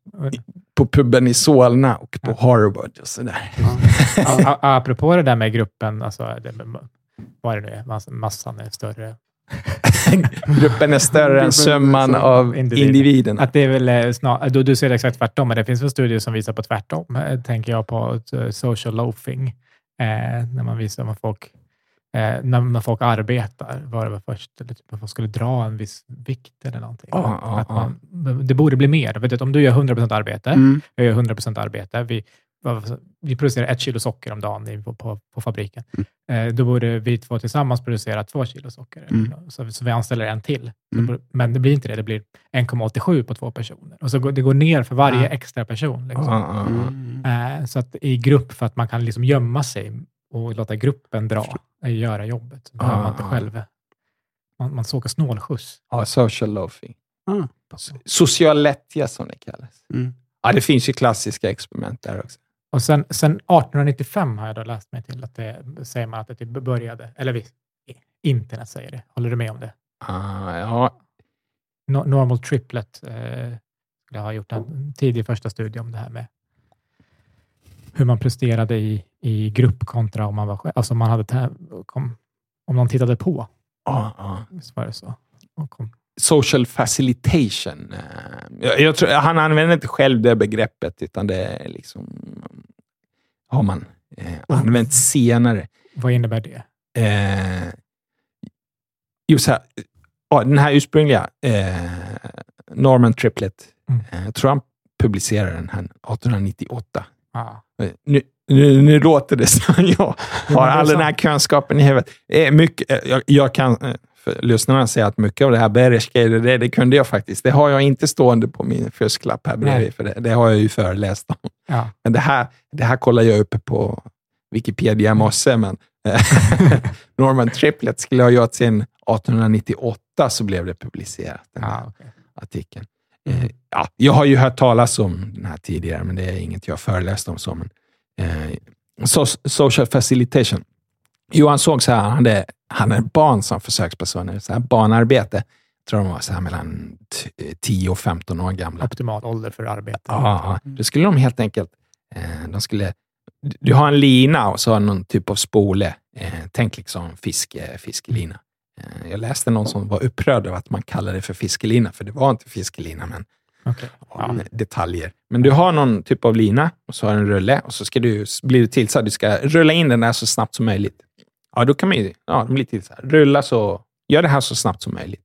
på puben i Solna och på Harvard och sådär. Apropå det där med gruppen, alltså, vad är det nu är? Massan är större. Gruppen är större än summan av individerna. Att det är väl du ser det exakt tvärtom, men det finns väl studier som visar på tvärtom. Tänker jag på social loafing. När man visar när folk arbetar, var det väl först att man skulle dra en viss vikt eller någonting. Det borde bli mer. Vet du, om du gör 100% arbete, jag gör 100% arbete, vi producerar 1 kilo socker om dagen på fabriken. Då borde vi 2 tillsammans producera 2 kilo socker. Så vi anställer en till. Men det blir inte det. Det blir 1,87 på 2 personer. Och så det går ner för varje extra person. Liksom. Så att i grupp, för att man kan liksom gömma sig och låta gruppen göra jobbet. Behöver man inte själv. Man sågar snålskjuts. Ja, social loafing. Social lättja som det kallas. Ja, det finns ju klassiska experiment där också. Och sen 1895 har jag då läst mig till att det säger man att det började. Eller internet säger det. Håller du med om det? Ja. Normal Triplet. Jag har gjort en tidig första studie om det här med hur man presterade i grupp kontra om man var själv. Alltså man hade om någon tittade på. Visst var det så? Social facilitation. Jag tror, han använder inte själv det begreppet, utan det är liksom har man använt senare. Vad innebär det? Just här, den här ursprungliga Norman Triplet, jag tror han publicerade den här 1898. Nu låter det som jag har all den här kunskapen i huvudet. Jag kan för lyssnarna säga att mycket av det här Beresky, det kunde jag faktiskt. Det har jag inte stående på min fusklapp här bredvid, för det har jag ju föreläst om. Ja. Men det här kollar jag uppe på Wikipedia måste, men Norman Triplet skulle ha gjort sin 1898, så blev det publicerat, den här artikeln. Jag har ju hört talas om den här tidigare, men det är inget jag föreläst om så. Men, social facilitation. Johan såg så här, han är barn som försökspersoner, så här barnarbete. Jag tror de var så här mellan 10 och 15 år gamla. Optimal ålder för arbete. Ja, då skulle de helt enkelt, du har en lina och så har någon typ av spole. Tänk liksom fiskelina. Jag läste någon som var upprörd över att man kallade det för fiskelina, för det var inte fiskelina, men detaljer. Men du har någon typ av lina och så har du en rulle och så blir det till så att du ska rulla in den där så snabbt som möjligt. Ja, då kan man ju, det blir till så här. Rulla så, gör det här så snabbt som möjligt.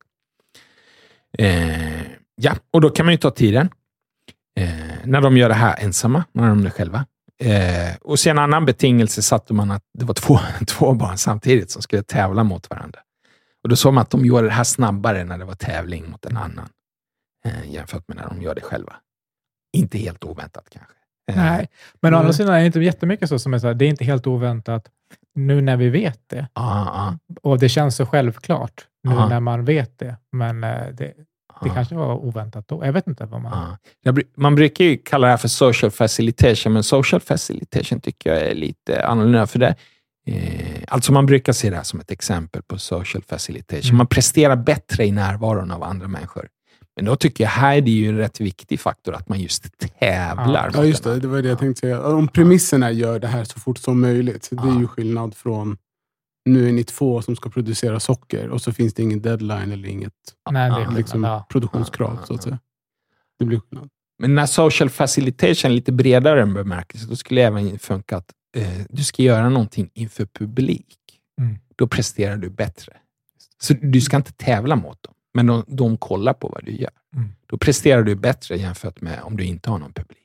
Och då kan man ju ta tiden. När de gör det här ensamma, när de är själva. Och sen en annan betingelse satte man att det var två barn samtidigt som skulle tävla mot varandra. Och då såg man att de gjorde det här snabbare när det var tävling mot en annan. Jämfört med när de gör det själva. Inte helt oväntat kanske. Nej, men å andra sidan är det inte jättemycket så som är så här, det är inte helt oväntat nu när vi vet det. Och det känns så självklart nu när man vet det. Men det kanske var oväntat då. Jag vet inte vad man... Man brukar ju kalla det här för social facilitation, men social facilitation tycker jag är lite annorlunda för det. Alltså man brukar se det här som ett exempel på social facilitation. Man presterar bättre i närvaron av andra människor. Men då tycker jag här är det ju en rätt viktig faktor att man just tävlar. Ja, just det. Det var det jag tänkte säga. Om premisserna gör det här så fort som möjligt. Det är ju skillnad från nu är ni 2 som ska producera socker och så finns det ingen deadline eller inget produktionskrav så att säga. Det blir skillnad. Men när social facilitation är lite bredare än bemärkelse, då skulle det även funka att du ska göra någonting inför publik. Då presterar du bättre. Så du ska inte tävla mot dem. Men de kollar på vad du gör. Då presterar du bättre jämfört med om du inte har någon publik.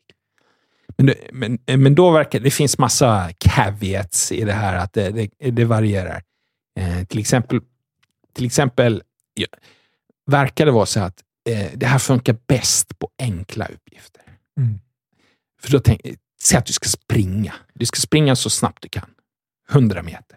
Men då verkar det finns massa caveats i det här att det varierar. Till exempel verkar det vara så att det här funkar bäst på enkla uppgifter. För då säg att du ska springa. Du ska springa så snabbt du kan. 100 meter.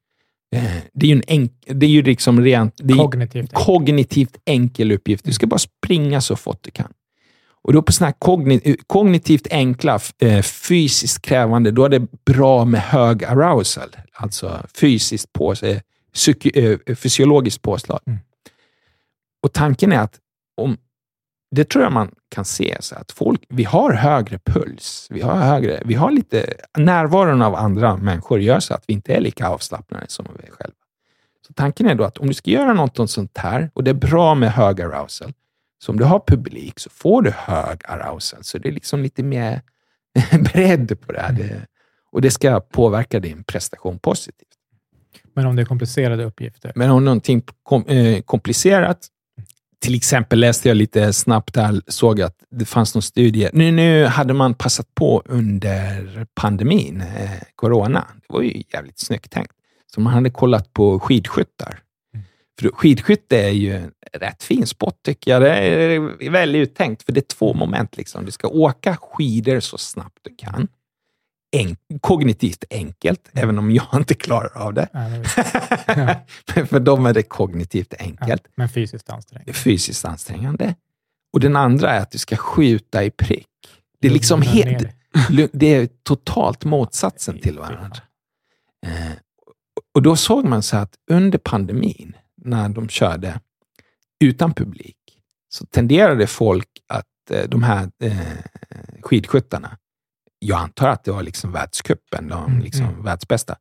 Det är ju liksom rent kognitivt enkel uppgift. Du ska bara springa så fort du kan. Och då på såna här kognitivt enkla, fysiskt krävande, då är det bra med hög arousal. Alltså fysiskt fysiologiskt påslag. Och tanken är att det tror jag man kan se så att vi har högre puls, vi har lite närvaron av andra människor gör så att vi inte är lika avslappnade som vi är själva. Så tanken är då att om du ska göra något sånt här och det är bra med hög arousal, så om du har publik så får du hög arousal, så det är liksom lite mer bredd på det här. Och det ska påverka din prestation positivt. Men om det är komplicerade uppgifter? Men om någonting komplicerat, till exempel läste jag lite snabbt där, såg att det fanns någon studie. Nu hade man passat på under pandemin, corona. Det var ju jävligt snyggt tänkt. Så man hade kollat på skidskyttar. För skidskytte är ju en rätt fin sport tycker jag. Det är väldigt uttänkt, för det är 2 moment liksom. Du ska åka skidor så snabbt du kan. Kognitivt enkelt, även om jag inte klarar av det. Men för dem är det kognitivt enkelt. Men fysiskt ansträngande. Och den andra är att du ska skjuta i prick. Det är liksom det är totalt motsatsen till varandra. Och då såg man så att under pandemin, när de körde utan publik, så tenderade folk att de här skidskyttarna, jag antar att det var liksom världscupen, de liksom världsbästa.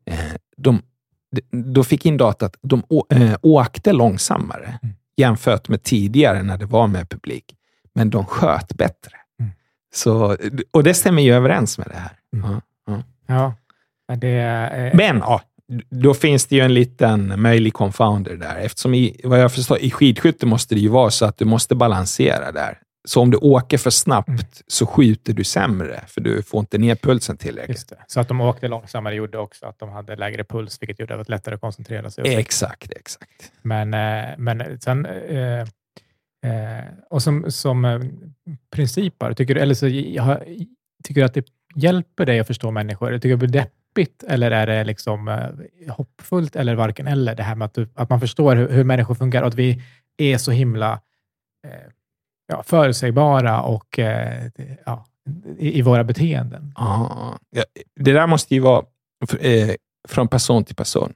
Då fick in data att de åkte långsammare jämfört med tidigare när det var med publik. Men de sköt bättre. Så, och det stämmer ju överens med det här. Men då finns det ju en liten möjlig confounder där. Eftersom vad jag förstår, i skidskytte måste det ju vara så att du måste balansera där. Så om du åker för snabbt så skjuter du sämre, för du får inte ner pulsen tillräckligt. Just det. Så att de åkte långsammare gjorde också att de hade lägre puls, vilket gjorde det lättare att koncentrera sig. Exakt. Men sen och som principer, tycker du att det hjälper dig att förstå människor? Tycker du det blir deppigt, eller är det liksom hoppfullt, eller varken eller, det här med att man förstår hur människor funkar och att vi är så himla förutsägbara och i våra beteenden. Det där måste ju vara från person till person.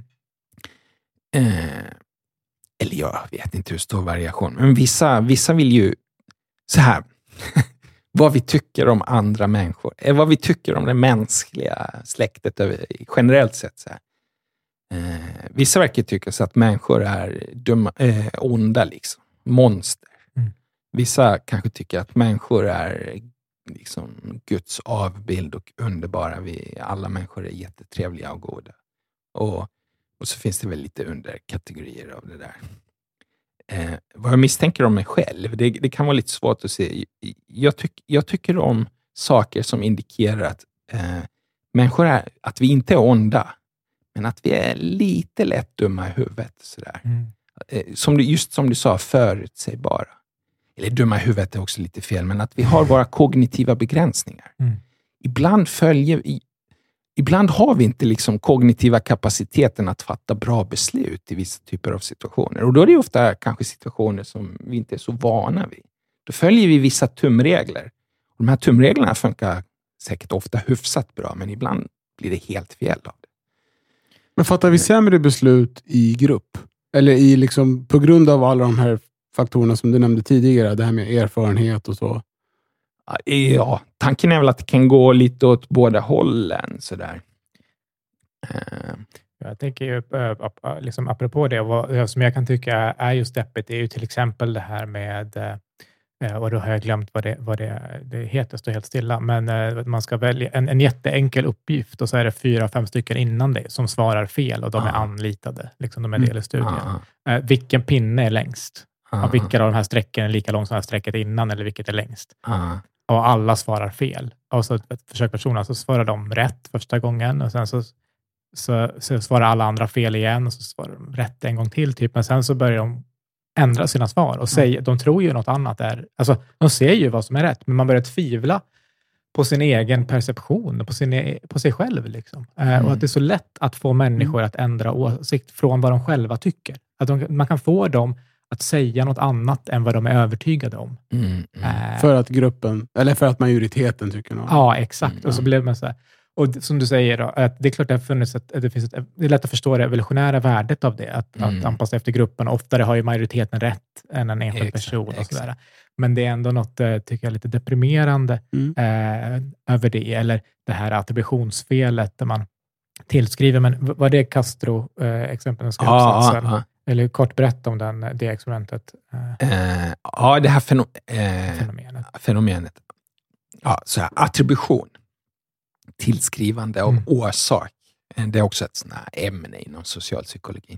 Eller jag vet inte hur stor variation. Men vissa vill ju så här vad vi tycker om andra människor. Vad vi tycker om det mänskliga släktet generellt sett. Så här. Vissa verkar tycka så att människor är onda liksom. Monster. Vissa kanske tycker att människor är liksom Guds avbild och underbara. Alla människor är jättetrevliga och goda. Och så finns det väl lite underkategorier av det där. Vad jag misstänker om mig själv, det kan vara lite svårt att se. Jag tycker om saker som indikerar att människor att vi inte är onda, men att vi är lite lätt dumma i huvudet. Sådär. Just som du sa, förutsägbara. Eller dumma i huvudet är också lite fel, men att vi har våra kognitiva begränsningar. Ibland har vi inte liksom kognitiva kapaciteten att fatta bra beslut i vissa typer av situationer. Och då är det ofta kanske situationer som vi inte är så vana vid. Då följer vi vissa tumregler. Och de här tumreglerna funkar säkert ofta hyfsat bra, men ibland blir det helt fel av det. Men fattar vi sämre beslut i grupp? Eller i liksom, på grund av alla de här faktorerna som du nämnde tidigare, det här med erfarenhet och så? Ja, tanken är väl att det kan gå lite åt båda hållen. Sådär. Jag tänker ju, liksom apropå det, vad som jag kan tycka är just deppigt, är ju till exempel det här med, och då har jag glömt vad det heter, står helt stilla, men man ska välja en jätteenkel uppgift och så är det 4-5 stycken innan det som svarar fel och de är anlitade, liksom de är del i studien. Vilken pinne är längst? Vilka av de här strecken är lika långt som det här strecket innan, eller vilket är längst? Och alla svarar fel. Och så försökspersonerna så svarar de rätt första gången och sen så svarar alla andra fel igen och så svarar de rätt en gång till typ. Men sen så börjar de ändra sina svar och säger, de tror ju något annat är, alltså de ser ju vad som är rätt, men man börjar tvivla på sin egen perception, på sig själv liksom. Och att det är så lätt att få människor att ändra åsikt från vad de själva tycker. Att man kan få dem att säga något annat än vad de är övertygade om. För att gruppen, eller för att majoriteten tycker något. Ja, exakt. Och så blev man så här. Och som du säger då, att det är klart det är lätt att förstå det evolutionära värdet av det, att anpassa efter gruppen. Oftare har ju majoriteten rätt än en enskild person och sådär. Men det är ändå något, tycker jag, lite deprimerande över det, eller det här attributionsfelet där man tillskriver, men var det Castro-exemplen ska uppsatsen? Eller kort berätta om det experimentet. Det här fenomenet. Ja, så här, attribution. Tillskrivande av orsak. Det är också ett sånt här ämne inom socialpsykologin.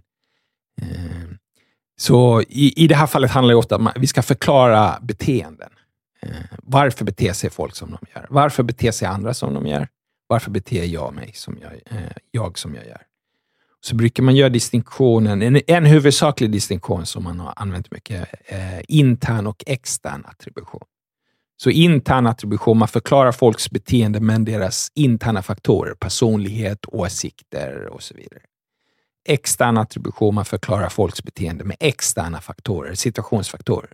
Så i det här fallet handlar det ofta om att vi ska förklara beteenden. Varför beter sig folk som de gör? Varför beter sig andra som de gör? Varför beter jag mig som jag gör? Så brukar man göra distinktionen, en huvudsaklig distinktion som man har använt mycket, intern och extern attribution. Så intern attribution, man förklarar folks beteende med deras interna faktorer, personlighet, åsikter och så vidare. Extern attribution, man förklarar folks beteende med externa faktorer, situationsfaktorer.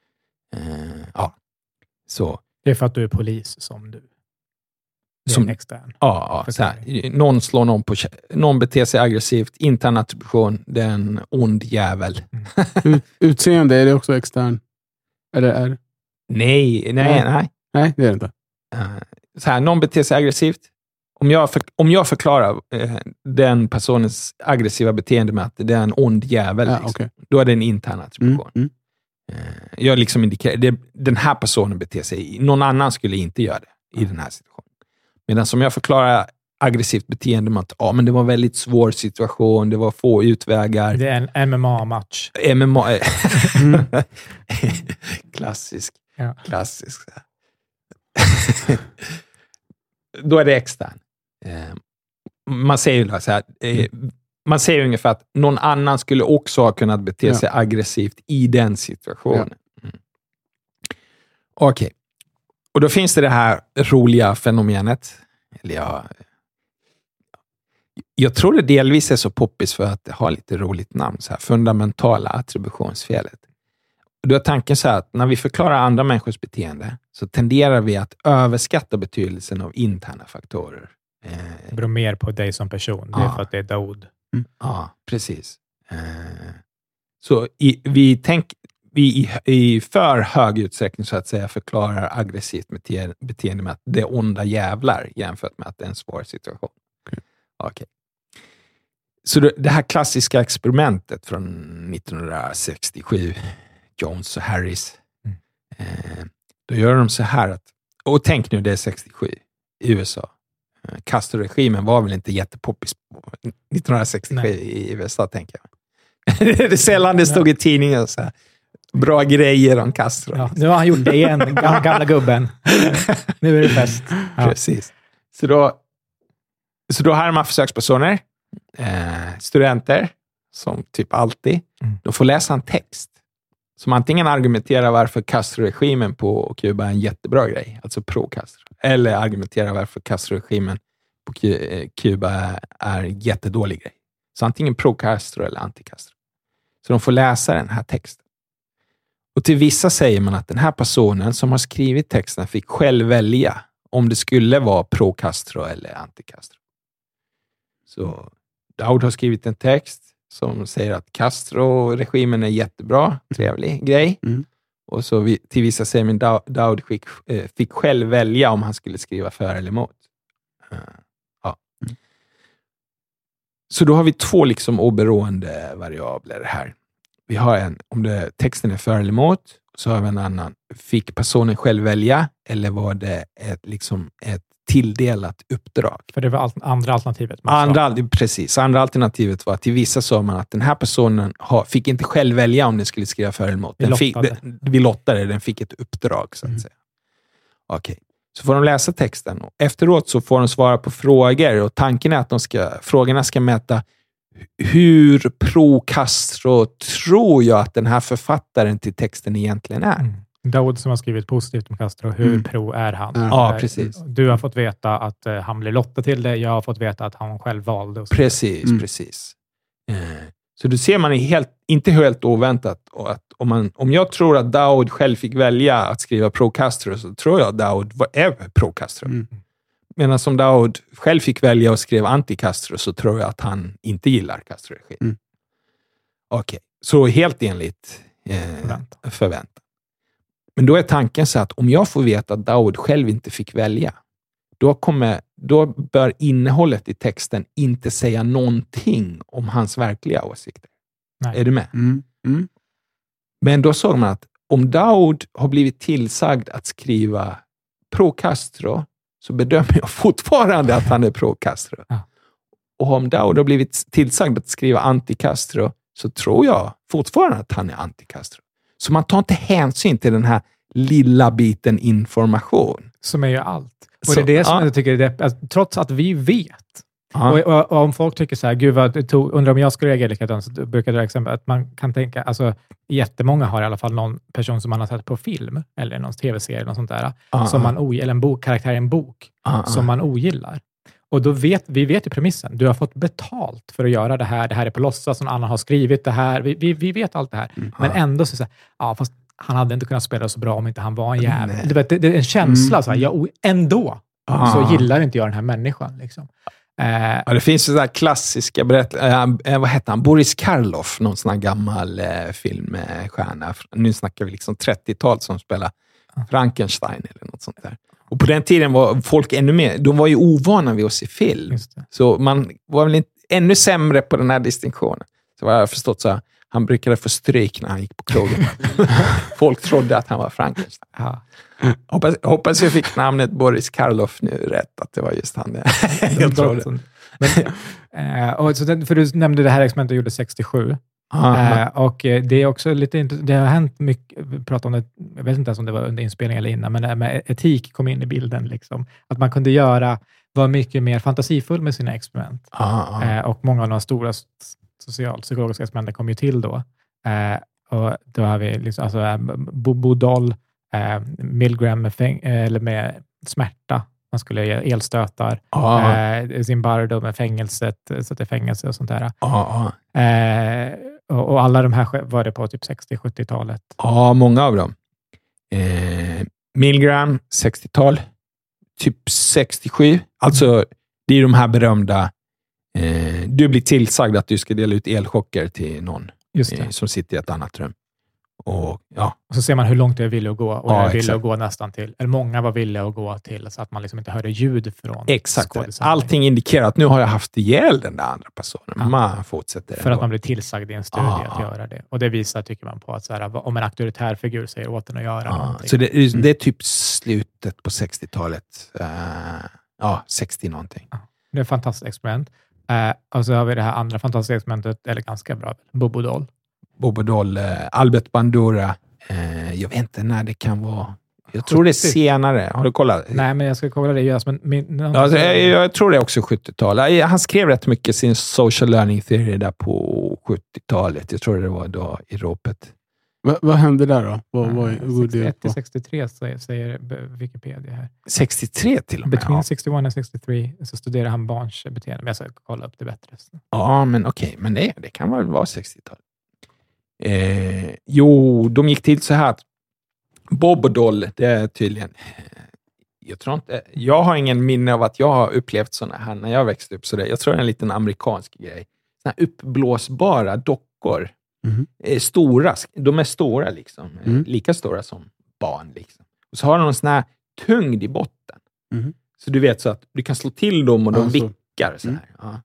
Så. Det är för att du är polis som du. Som extern. Ja, så här, någon slår någon beter sig aggressivt, intern attribution, det är en ond jävel. Utseende, är det också extern? Eller är Nej, det är det inte. Så här, någon beter sig aggressivt. Om jag förklarar den personens aggressiva beteende med att det är en ond jävel, då är det en intern attribution. Jag liksom indikerar, den här personen beter sig, någon annan skulle inte göra det i den här situationen. Medan som jag förklarar aggressivt beteende med att men det var en väldigt svår situation, det var få utvägar. Det är en MMA-match. Klassisk. Då är det extern. Man säger ju så här, man säger ungefär att någon annan skulle också ha kunnat bete sig aggressivt i den situationen. Okej. Och då finns det här roliga fenomenet. Eller jag tror det delvis är så poppis för att det har lite roligt namn. Så här, fundamentala attributionsfelet. Och då är tanken så här att när vi förklarar andra människors beteende så tenderar vi att överskatta betydelsen av interna faktorer. Det beror mer på dig som person. Det är för att det är Daoud. Ja, precis. Så vi i för hög utsträckning så att säga förklarar aggressivt beteende med att det är onda jävlar jämfört med att det är en svår situation. Okej. Så det här klassiska experimentet från 1967, Jones och Harris, då gör de så här att, och tänk nu det är 67 i USA. Castro-regimen var väl inte jättepoppis 1967 i USA, tänker jag. Det är sällan det stod i tidningen så här. Bra grejer om Castro. Ja, nu har han gjort det igen, gamla gubben. Nu är det fest. Ja. Precis. Så då har man försökspersoner, studenter, som typ alltid. De får läsa en text som antingen argumenterar varför Castro-regimen på Kuba är en jättebra grej, alltså pro-Castro. Eller argumenterar varför Castro-regimen på Kuba är en jättedålig grej. Så antingen pro-Castro eller anti-Castro. Så de får läsa den här texten. Och till vissa säger man att den här personen som har skrivit texten fick själv välja om det skulle vara pro-Castro eller anti-Castro. Så Daoud har skrivit en text som säger att Castro-regimen är jättebra, trevlig grej. Och så till vissa säger man Daoud fick själv välja om han skulle skriva för eller emot. Så då har vi två liksom oberoende variabler här. Vi har texten är för eller emot, så har vi en annan. Fick personen själv välja eller var det ett tilldelat uppdrag? För det var andra alternativet. Precis. Andra alternativet var att till vissa sa man att den här personen fick inte själv välja om den skulle skriva för eller emot. Vi lottade, den fick ett uppdrag så att säga. Okej. Så får de läsa texten och efteråt så får de svara på frågor och tanken är att frågorna ska mäta hur pro-Castro tror jag att den här författaren till texten egentligen är. Daoud som har skrivit positivt om Castro, hur pro är han? Ja, precis. Du har fått veta att han blev lottad till det, jag har fått veta att han själv valde. Och så precis. Så då ser man inte helt oväntat att om jag tror att Daoud själv fick välja att skriva pro-Castro så tror jag att Daoud är pro-Castro. medan som Daoud själv fick välja och skrev anti-Castro, så tror jag att han inte gillar Castro-regimen. Okej, så helt enligt förväntan. Men då är tanken så att om jag får veta att Daoud själv inte fick välja, då bör innehållet i texten inte säga någonting om hans verkliga åsikter. Nej. Är du med? Men då såg man att om Daoud har blivit tillsagd att skriva pro-Castro, så bedömer jag fortfarande att han är pro-Castro. Ja. Och om Daoud har blivit tillsagd att skriva anti-Castro, så tror jag fortfarande att han är anti-Castro. Så man tar inte hänsyn till den här lilla biten information. Som är ju allt. Och det är det som jag tycker är trots att vi vet. Och om folk tycker så här, gud vad undrar om jag skulle reagera likadant, så brukar jag dra exempel att man kan tänka, alltså jättemånga har i alla fall någon person som man har sett på film eller någon tv-serie eller något sånt där, som man eller en bok, karaktär i en bok som man ogillar. Och då vet vi ju premissen. Du har fått betalt för att göra det här är på låtsas, som Anna har skrivit det här. Vi vet allt det här. Men ändå så fast han hade inte kunnat spela så bra om inte han var en jävel. Du vet, det är en känsla så här, ändå så gillar inte jag den här människan liksom. Det finns ju sådär klassiska berättelser. Vad heter han? Boris Karloff, någon sån här gammal filmstjärna. Nu snackar vi liksom 30-tal som spelar Frankenstein eller något sånt där. Och på den tiden var folk ännu mer, de var ju ovana vid att se film. Så man var väl ännu sämre på den här distinktionen. Så vad jag har förstått så han brukade få stryk när han gick på krogen. Folk trodde att han var Frankenstein. Ja. Hoppas jag fick namnet Boris Karloff nu rätt, att det var just han. Jag tror det. För du nämnde det här experimentet gjorde 67. Och det är också lite, det har hänt mycket, vi pratade om det, jag vet inte ens om det var under inspelning eller innan, men med etik kom in i bilden liksom. Att man kunde vara mycket mer fantasifull med sina experiment. Och många av de stora socialpsykologiska experimenten kom ju till då. Och då har vi liksom, alltså, Bodol, Milgram med smärta. Man skulle ge elstötar. Zimbardo med fängelset, så det är fängelse och sånt där. Och alla de här var det på typ 60-70-talet. Ja, många av dem. Milgram, 60-tal. Typ 67. Alltså, det är de här berömda. Du blir tillsagd att du ska dela ut elchocker till någon som sitter i ett annat rum. Och så ser man hur långt jag är villig att gå. Och jag är villig att gå nästan till. Eller många var villiga att gå till så att man liksom inte hörde ljud från. Exakt. Allting indikerar att nu har jag haft ihjäl den där andra personen. Man fortsätter. För att man blir tillsagd i en studie att göra det. Och det visar, tycker man på, att så här, om en auktoritär figur säger åt en att göra någonting. Så det är typ slutet på 60-talet. 60 någonting. Det är ett fantastiskt experiment. Och så har vi det här andra fantastiska experimentet, eller ganska bra, Bobodol, Albert Bandura. Jag vet inte när det kan vara. Jag tror det är senare. Har du kollat? Nej, men jag ska kolla det. Jag tror det är också 70-tal. Han skrev rätt mycket sin social learning theory där på 70-talet. Jag tror det var då i ropet. Vad hände där då? 61-63 säger Wikipedia här. 63 till och med? Between 61 and 63 så studerar han barns beteende. Men jag ska kolla upp det bättre. Ja, men okej. Men det kan väl vara 60-tal. De gick till så här att Bobodol, det är tydligen, jag har ingen minne av att jag har upplevt såna här när jag växte upp, så jag tror det är en liten amerikansk grej. Såna här uppblåsbara dockor, stora, de är stora liksom, lika stora som barn liksom. Och så har de en sån här tyngd i botten, så du vet, så att du kan slå till dem och de vickar så här.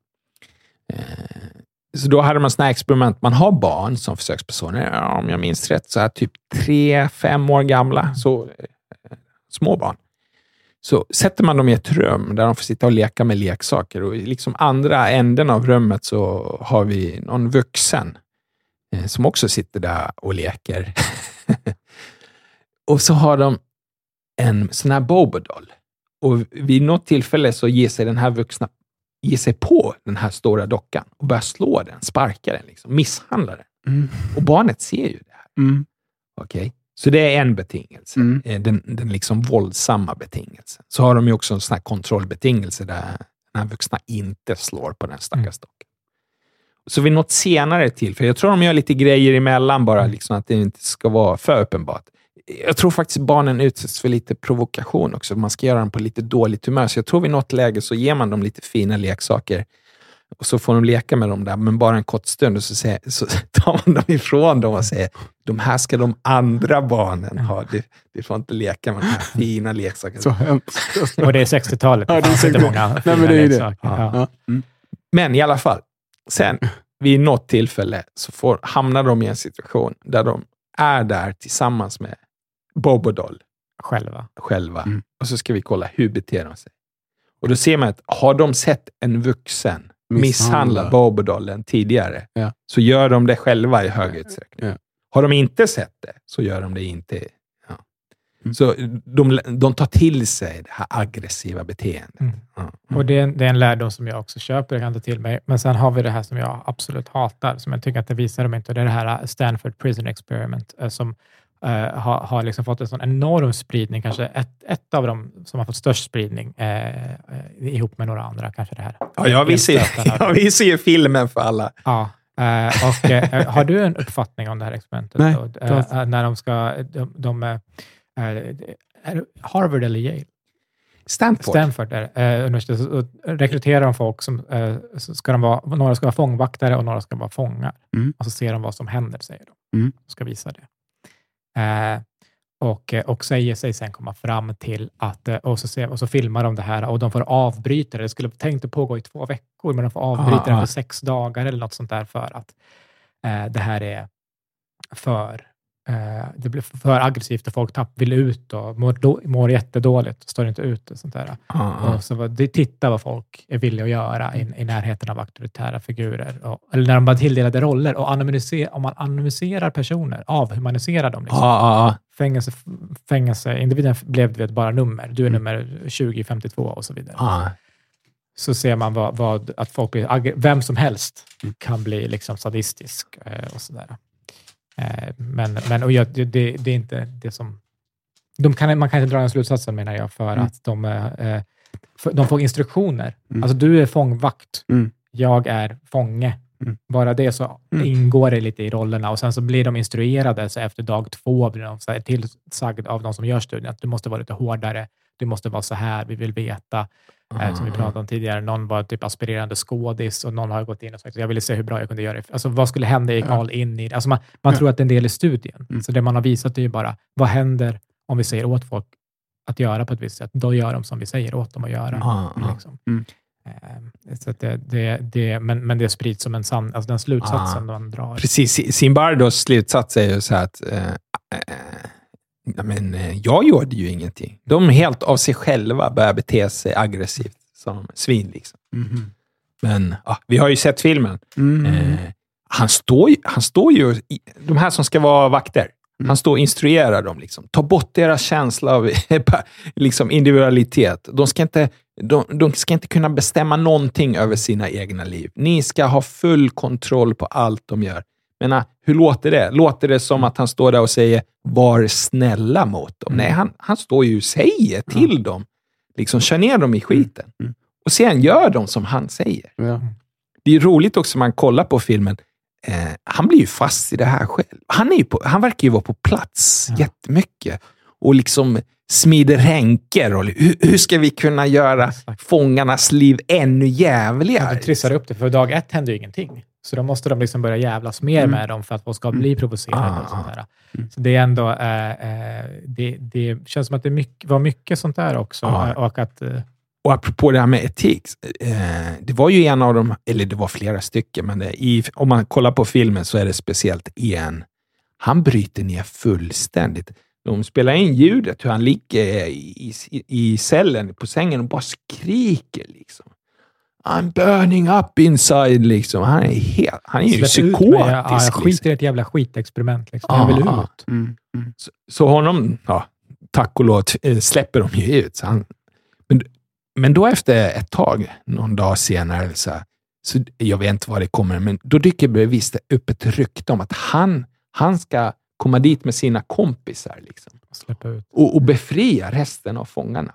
Så då hade man såna här experiment. Man har barn som försökspersoner, om jag minns rätt, så här typ 3-5 år gamla, så små barn. Så sätter man dem i ett rum där de får sitta och leka med leksaker, och liksom andra änden av rummet så har vi någon vuxen som också sitter där och leker. Och så har de en sån här Bobodol. Och vid något tillfälle så ger sig den här vuxna på den här stora dockan och börjar slå den, sparka den, liksom, misshandla den. Och barnet ser ju det här. Okej. Så det är en betingelse. Den liksom våldsamma betingelsen. Så har de ju också en sån här kontrollbetingelse där den här vuxna inte slår på den stackars dockan. Så vid något senare tillfälle, jag tror de gör lite grejer emellan bara, liksom, att det inte ska vara för uppenbart. jag tror faktiskt barnen utsätts för lite provokation också. Man ska göra dem på lite dåligt humör. Så jag tror vid något läge så ger man dem lite fina leksaker. Och så får de leka med dem där, men bara en kort stund. Och så tar man dem ifrån dem och säger, de här ska de andra barnen ha. Du får inte leka med de här fina leksakerna. Så hemskt. Och det är 60-talet. Det fanns inte många fina leksaker. Ja. Mm. Men i alla fall, sen vid något tillfälle så hamnar de i en situation där de är där tillsammans med Bob och Doll. Själva. Mm. Och så ska vi kolla hur beter de sig. Och då ser man att har de sett en vuxen misshandla Bob och Dollen tidigare, så gör de det själva i hög utsträckning. Ja. Har de inte sett det, så gör de det inte. Ja. Mm. Så de tar till sig det här aggressiva beteendet. Mm. Mm. Och det är en lärdom som jag också köper, jag kan ta till mig. Men sen har vi det här som jag absolut hatar, som jag tycker att det visar dem inte. Det är det här Stanford Prison Experiment som har liksom fått en sån enorm spridning. Kanske ett av dem som har fått störst spridning ihop med några andra. Kanske det här. Ja, jag visar ju filmen för alla. Ja. Och har du en uppfattning om det här experimentet? Nej. När de ska... Harvard eller Yale? Stanford är universitet. Och rekryterar de folk som några ska vara fångvaktare och några ska vara fångar. Mm. Och så ser de vad som händer, säger de. Mm. Ska visa det. Och säger sig sen komma fram till att och så filmar de det här och de får avbryta det. Det skulle tänkt att pågå i 2 veckor, men de får avbryta det för 6 dagar eller något sånt där, för att det här är det blir för aggressivt och folk vill ut och mår jättedåligt, står inte ut och sånt där. Och så titta vad folk är villiga att göra i närheten av auktoritära figurer. Eller när de bara tilldelade roller. Och om man anonymiserar personer, avhumaniserar dem. Liksom. Fängelse, individen blev bara nummer. Du är nummer 2052 och så vidare. Så ser man att folk blir, vem som helst kan bli liksom sadistisk och sådär. Men det är inte det som... Man kan inte dra en slutsats, menar jag, för att de får instruktioner. Alltså, du är fångvakt. Jag är fånge. Bara det så ingår det lite i rollerna. Och sen så blir de instruerade. Så efter dag 2 blir de så här tillsagd av de som gör studien att du måste vara lite hårdare. Du måste vara så här. Vi vill veta. Som vi pratade om tidigare. Någon var typ aspirerande skådis och någon har gått in och sagt att jag ville se hur bra jag kunde göra det. Alltså, vad skulle hända? Jag gick all in i det. Alltså, man tror att det är en del i studien. Så det man har visat är ju bara, vad händer om vi säger åt folk att göra på ett visst sätt? Då gör de som vi säger åt dem att göra. Liksom. Så att men det sprids som alltså den slutsatsen man drar. Precis, Zimbardos slutsats är ju så här att jag gjorde ju ingenting. De helt av sig själva börjar bete sig aggressivt som svin liksom. Men vi har ju sett filmen. Han står ju de här som ska vara vakter. Han står och instruerar dem liksom. Ta bort deras känsla av liksom individualitet. De ska inte kunna bestämma någonting över sina egna liv. Ni ska ha full kontroll på allt de gör. Men hur låter det? Låter det som att han står där och säger var snälla mot dem? Nej, han står ju och säger till dem. Liksom kör ner dem i skiten. Och sen gör de som han säger. Det är roligt också, man kollar på filmen. Han blir ju fast i det här själv. Han verkar ju vara på plats jättemycket. Och liksom smider ränker. Och hur ska vi kunna göra fångarnas liv ännu jävligare? Du trissar upp det, för dag 1 händer ju ingenting. Så då måste de liksom börja jävlas mer med dem för att de ska bli provocerade. Och sånt där. Så det är ändå... det känns som att det var mycket sånt där också. Och apropå det här med etik, det var ju en av dem, eller det var flera stycken, men om man kollar på filmen så är det speciellt en. Han bryter ner fullständigt. De spelar in ljudet, hur han ligger i cellen på sängen och bara skriker liksom. I'm burning up inside liksom. Han är ju psykotisk. Jag skiter i ett jävla skitexperiment liksom. Jag vill ut. Så honom, tack och lov, släpper de ju ut. Så men då efter ett tag, någon dag senare, så jag vet inte vad det kommer, men då dyker bevisst upp ett rykte om att han ska komma dit med sina kompisar liksom. Släppa ut. Och befria resten av fångarna.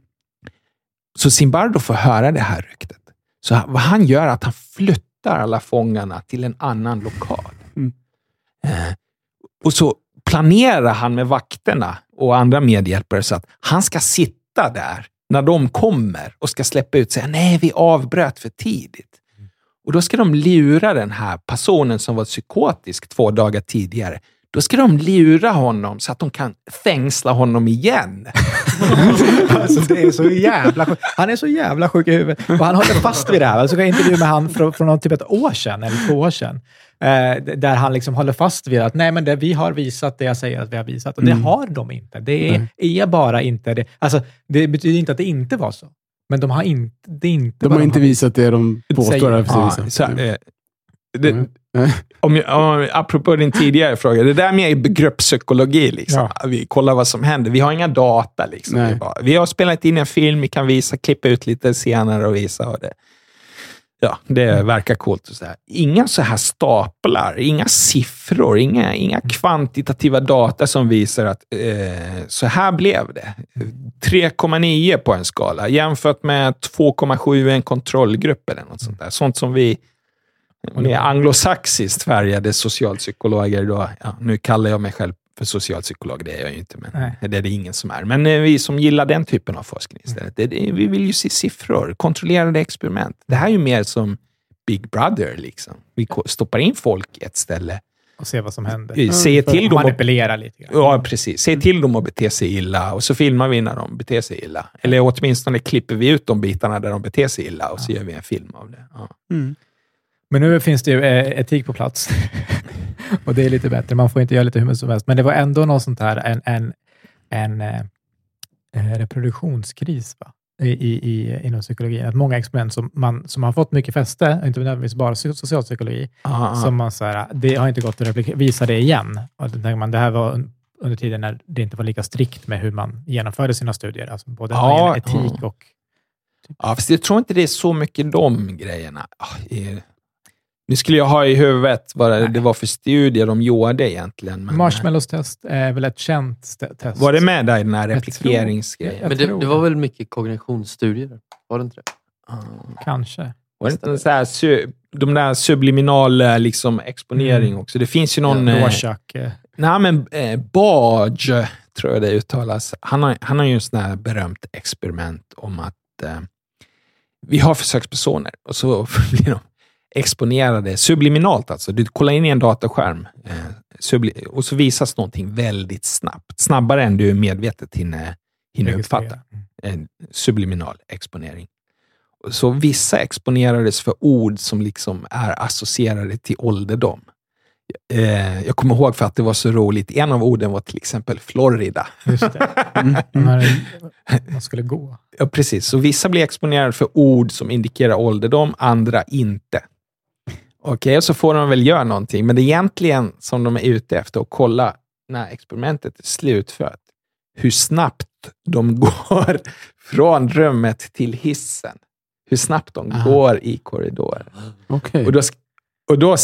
Så Zimbardo får höra det här ryktet. Så vad han gör är att han flyttar alla fångarna till en annan lokal. Och så planerar han med vakterna och andra medhjälpare så att han ska sitta där när de kommer och ska släppa ut och säga nej, vi avbröt för tidigt. Och då ska de lura den här personen som var psykotisk 2 dagar tidigare. Då ska de lura honom så att de kan fängsla honom igen. Alltså det är så jävla sjuk. Han är så jävla sjuk i huvudet. Och han håller fast vid det här. Alltså jag intervju med han från typ 1 år sedan eller 2 år sedan. Där han liksom håller fast vid att nej, men vi har visat det jag säger att vi har visat. Och det har de inte. Det är bara inte det. Alltså det betyder inte att det inte var så. Men de har inte... Det är inte de har inte visat det de påstår. Apropå din tidigare fråga, det där med grupppsykologi liksom. Ja. Vi kollar vad som händer. Vi har inga data liksom. Vi har spelat in en film, vi kan visa, klippa ut lite senare och visa och det. Ja, det verkar coolt och så här. Inga så här staplar, inga siffror, inga kvantitativa data som visar att så här blev det. 3,9 på en skala jämfört med 2,7 i en kontrollgrupp eller något sånt där. Sånt som vi med anglosaxiskt färgade socialpsykologer då, nu kallar jag mig själv för socialpsykolog, det är jag ju inte, men det är det ingen som är. Men vi som gillar den typen av forskning istället, vi vill ju se siffror, kontrollerade experiment. Det här är ju mer som Big Brother liksom. Vi stoppar in folk i ett ställe och se vad som händer. Se till dem manipulera lite grann. Ja, precis. Se till dem att bete sig illa och så filmar vi när de beter sig illa. Eller åtminstone klipper vi ut de bitarna där de beter sig illa och så gör vi en film av det. Ja. Men nu finns det ju etik på plats. Och det är lite bättre. Man får inte göra lite hur mycket som helst. Men det var ändå något sånt här, en reproduktionskris inom psykologin. Att många experiment som har fått mycket fäste, inte nödvändigtvis bara socialpsykologi, som man så här, det har inte gått att visa det igen. Och då tänker man, det här var under tiden när det inte var lika strikt med hur man genomförde sina studier. Alltså både etik och... Ja, fast jag tror inte det är så mycket de grejerna. Nu skulle jag ha i huvudet vad det var för studier de gjorde egentligen. Men Marshmallows-test är väl ett känt test. Var det med där i den här replikeringsgrejen? Men det var väl mycket kognitionsstudier? Var det inte det? Kanske. Var det inte så här, de där subliminala liksom, exponering också? Det finns ju någon... Nej, men Bage, tror jag det uttalas. Han har ju en sån här berömt experiment om att vi har försökspersoner och så blir de exponerade subliminalt, alltså. Du kollar in i en dataskärm och så visas någonting väldigt snabbt. Snabbare än du medvetet hinner uppfatta. En subliminal exponering. Så vissa exponerades för ord som liksom är associerade till ålderdom. Jag kommer ihåg för att det var så roligt. En av orden var till exempel Florida. Just det. Man skulle gå. Ja, precis. Så vissa blir exponerade för ord som indikerar ålderdom, andra inte. Okej, så får de väl göra någonting. Men det är egentligen som de är ute efter att kolla när experimentet är slutfört. Hur snabbt de går från rummet till hissen. Hur snabbt de går i korridoren. Okay. Och då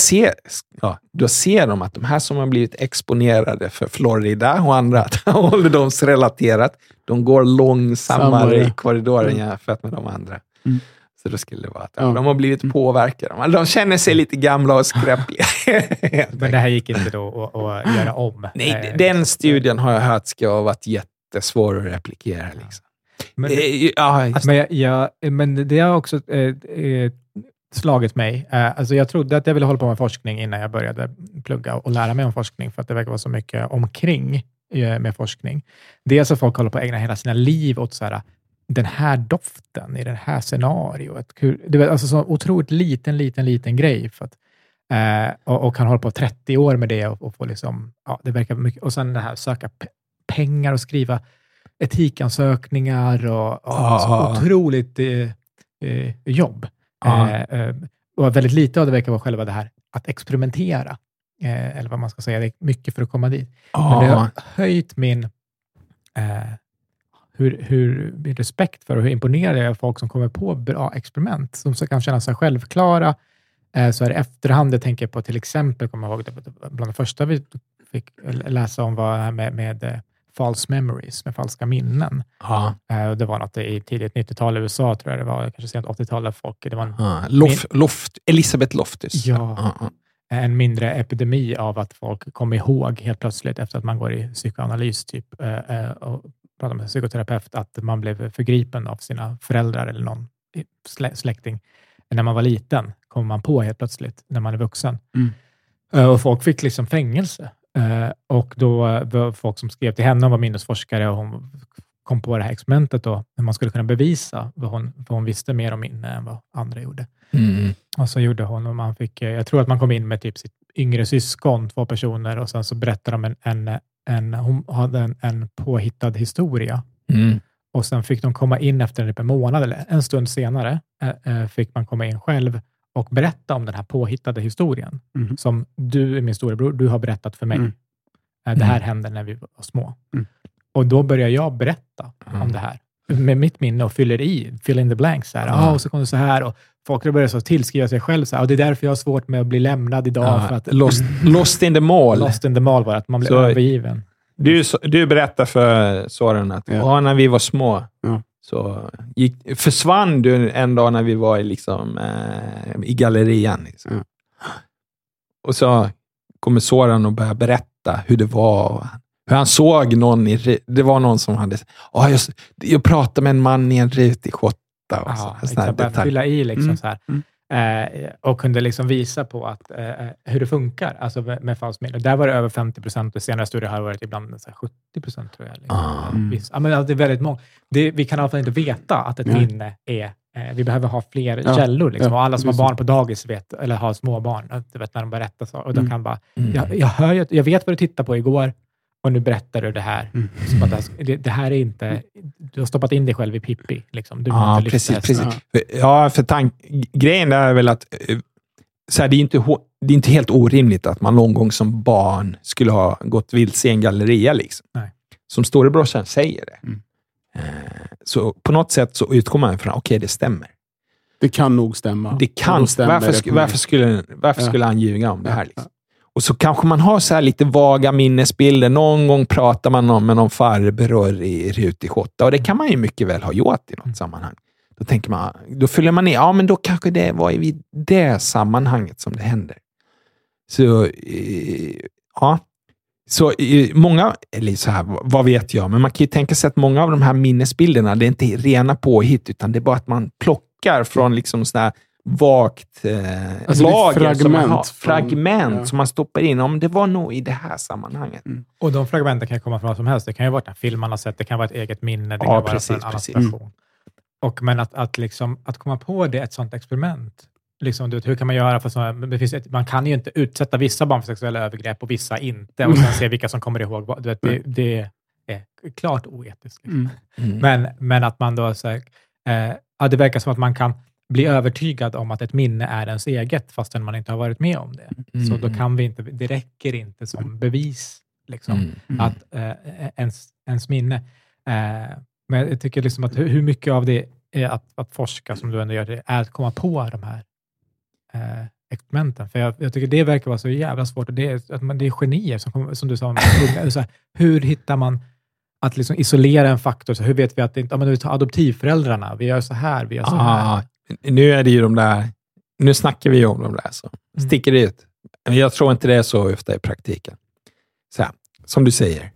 ser de att de här som har blivit exponerade för Florida och andra ålderdomsrelaterat, de går långsammare i korridoren jämfört med de andra. Så då skulle det vara att de har blivit påverkade. De känner sig lite gamla och skräpliga. Men det här gick inte då att göra om? Nej, den studien har jag hört ska ha varit jättesvår att replikera. Liksom. Men det har också slagit mig. Alltså jag trodde att jag ville hålla på med forskning innan jag började plugga och lära mig om forskning, för att det verkar vara så mycket omkring med forskning. Dels att folk håller på att ägna hela sina liv åt så här, den här doften i det här scenariot. Det är alltså så otroligt liten grej för att, och kan hålla på 30 år med det och få liksom, det verkar mycket. Och sen det här söka pengar och skriva etikansökningar och så otroligt jobb. Och väldigt lite av det verkar vara själva det här att experimentera. Eller vad man ska säga, det är mycket för att komma dit. Men det har höjt min min respekt för och hur imponerad jag är av folk som kommer på bra experiment som så kan känna sig självklara. Så här i efterhand, jag tänker på till exempel, kommer jag ihåg det, bland det första vi fick läsa om var det här med false memories, med falska minnen. Det var något i tidigt 90-tal i USA, tror jag det var, kanske sent 80-tal folk. Det var Elisabeth Loftus. Ja. en mindre epidemi av att folk kommer ihåg helt plötsligt efter att man går i psykoanalys typ och pratar med psykoterapeut att man blev förgripen av sina föräldrar eller någon släkting. När man var liten kom man på helt plötsligt när man är vuxen. Och folk fick liksom fängelse. Och då var folk som skrev till henne, hon var minnesforskare och hon kom på det här experimentet då, hur man skulle kunna bevisa vad hon visste mer om minne än vad andra gjorde. Och så gjorde hon, och man fick, jag tror att man kom in med typ sitt yngre syskon, 2 personer, och sen så berättade de hon hade en påhittad historia. Och sen fick de komma in efter en månad eller en stund senare fick man komma in själv och berätta om den här påhittade historien. Som du, min storebror, du har berättat för mig. Det här hände när vi var små. Och då börjar jag berätta om det här. Med mitt minne och fill in the blanks. Så här, och så kom det så här. Och folk börjar så tillskriva sig själv. Så här, och det är därför jag har svårt med att bli lämnad idag. För att, lost in the mall. Lost in the mall var att man blev övergiven. Du berättar för Soran att när vi var små så försvann du en dag när vi var i gallerian. Liksom. Och så kommer Soran och börjar berätta hur det var. Hur han såg någon det var någon som hade jag pratade med en man i en rutig skotta och så började fylla i liksom så här. Och kunde liksom visa på att hur det funkar alltså med falskt minne. Där var det över 50%, och senare studier har varit ibland så 70% tror jag. Liksom. Men det är väldigt många. Vi kan i alla fall inte veta att ett minne är vi behöver ha fler källor liksom. Och alla som har barn på dagis vet, eller har små barn, du vet när de berättar så, och då kan bara jag vet vad du tittade på igår. Och nu berättar du det här. Det här är inte... Du har stoppat in dig själv i Pippi. Liksom. Du inte precis. Ja, för grejen är väl att så här, det är inte helt orimligt att man någon gång som barn skulle ha gått vilse i en galleria. Liksom. Nej. Som storebrorsan säger det. Så på något sätt så utgår man från okej, det stämmer. Det kan nog stämma. Det kan. Varför skulle han ljuga om det här? Liksom? Och så kanske man har så här lite vaga minnesbilder. Någon gång pratar man med någon farbror i rutig skotta. Och det kan man ju mycket väl ha gjort i något sammanhang. Då tänker man, då fyller man ner. Ja, men då kanske det var i det sammanhanget som det händer. Så, Så många, eller så här, vad vet jag. Men man kan ju tänka sig att många av de här minnesbilderna, det är inte rena påhitt. Utan det är bara att man plockar från liksom sådana här vagt lager fragment som man stoppar in. Om det var nog i det här sammanhanget. Och de fragmenten kan komma från vad som helst. Det kan ju vara en film man har sett. Det kan vara ett eget minne. Det kan vara en annan situation. Men att komma på det, ett sånt experiment. Liksom, hur kan man göra för sådana, man kan ju inte utsätta vissa barn för sexuella övergrepp och vissa inte. Och sen se vilka som kommer ihåg. Det är klart oetiskt. Liksom. Men att man då så här, det verkar som att man kan bli övertygad om att ett minne är ens eget fastän man inte har varit med om det. Så då kan vi inte, det räcker inte som bevis liksom, att ens minne. Men jag tycker liksom att hur mycket av det är att forska som du ändå gör, det är att komma på de här experimenten. För jag tycker det verkar vara så jävla svårt. Och det är genier som du sa. Så här, hur hittar man att liksom isolera en faktor? Så hur vet vi att det inte, vi tar adoptivföräldrarna, vi gör så här, vi gör så här. Nu är det ju de där, nu snackar vi ju om de där så sticker det ut. Men jag tror inte det är så ofta i praktiken. Så här, som du säger.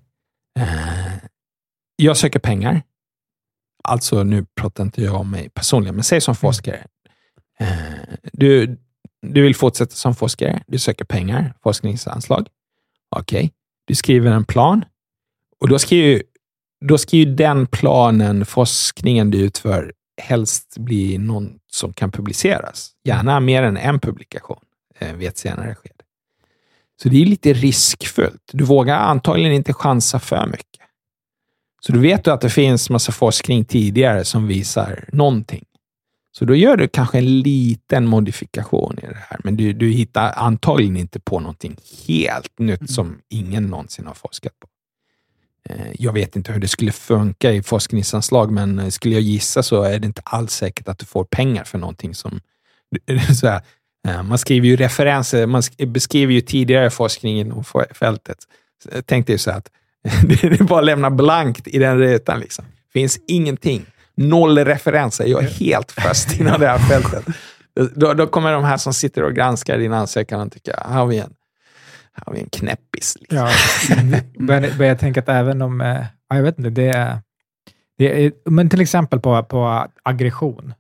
Jag söker pengar. Alltså nu pratar inte jag om mig personligen, men säg som forskare. Du vill fortsätta som forskare. Du söker pengar, forskningsanslag. Okej. Du skriver en plan. Och då ska ju den planen, forskningen du utför, helst bli någon som kan publiceras. Gärna mer än en publikation vid ett senare skede. Så det är lite riskfullt. Du vågar antagligen inte chansa för mycket. Så du vet att det finns massa forskning tidigare som visar någonting. Så då gör du kanske en liten modifikation i det här. Men du hittar antagligen inte på någonting helt nytt som ingen någonsin har forskat på. Jag vet inte hur det skulle funka i forskningsanslag, men skulle jag gissa så är det inte alls säkert att du får pengar för någonting som... Så här, man skriver ju referenser, man beskriver ju tidigare forskning inom fältet. Jag tänkte ju så att det är bara att lämna blankt i den rutan liksom. Finns ingenting. 0 referenser. Jag är helt fast inom det här fältet. Då kommer de här som sitter och granskar din ansökan och tycker, har vi en knäppis. Liksom. Ja, men jag tänker att även om, jag vet inte, det är, men till exempel på aggression.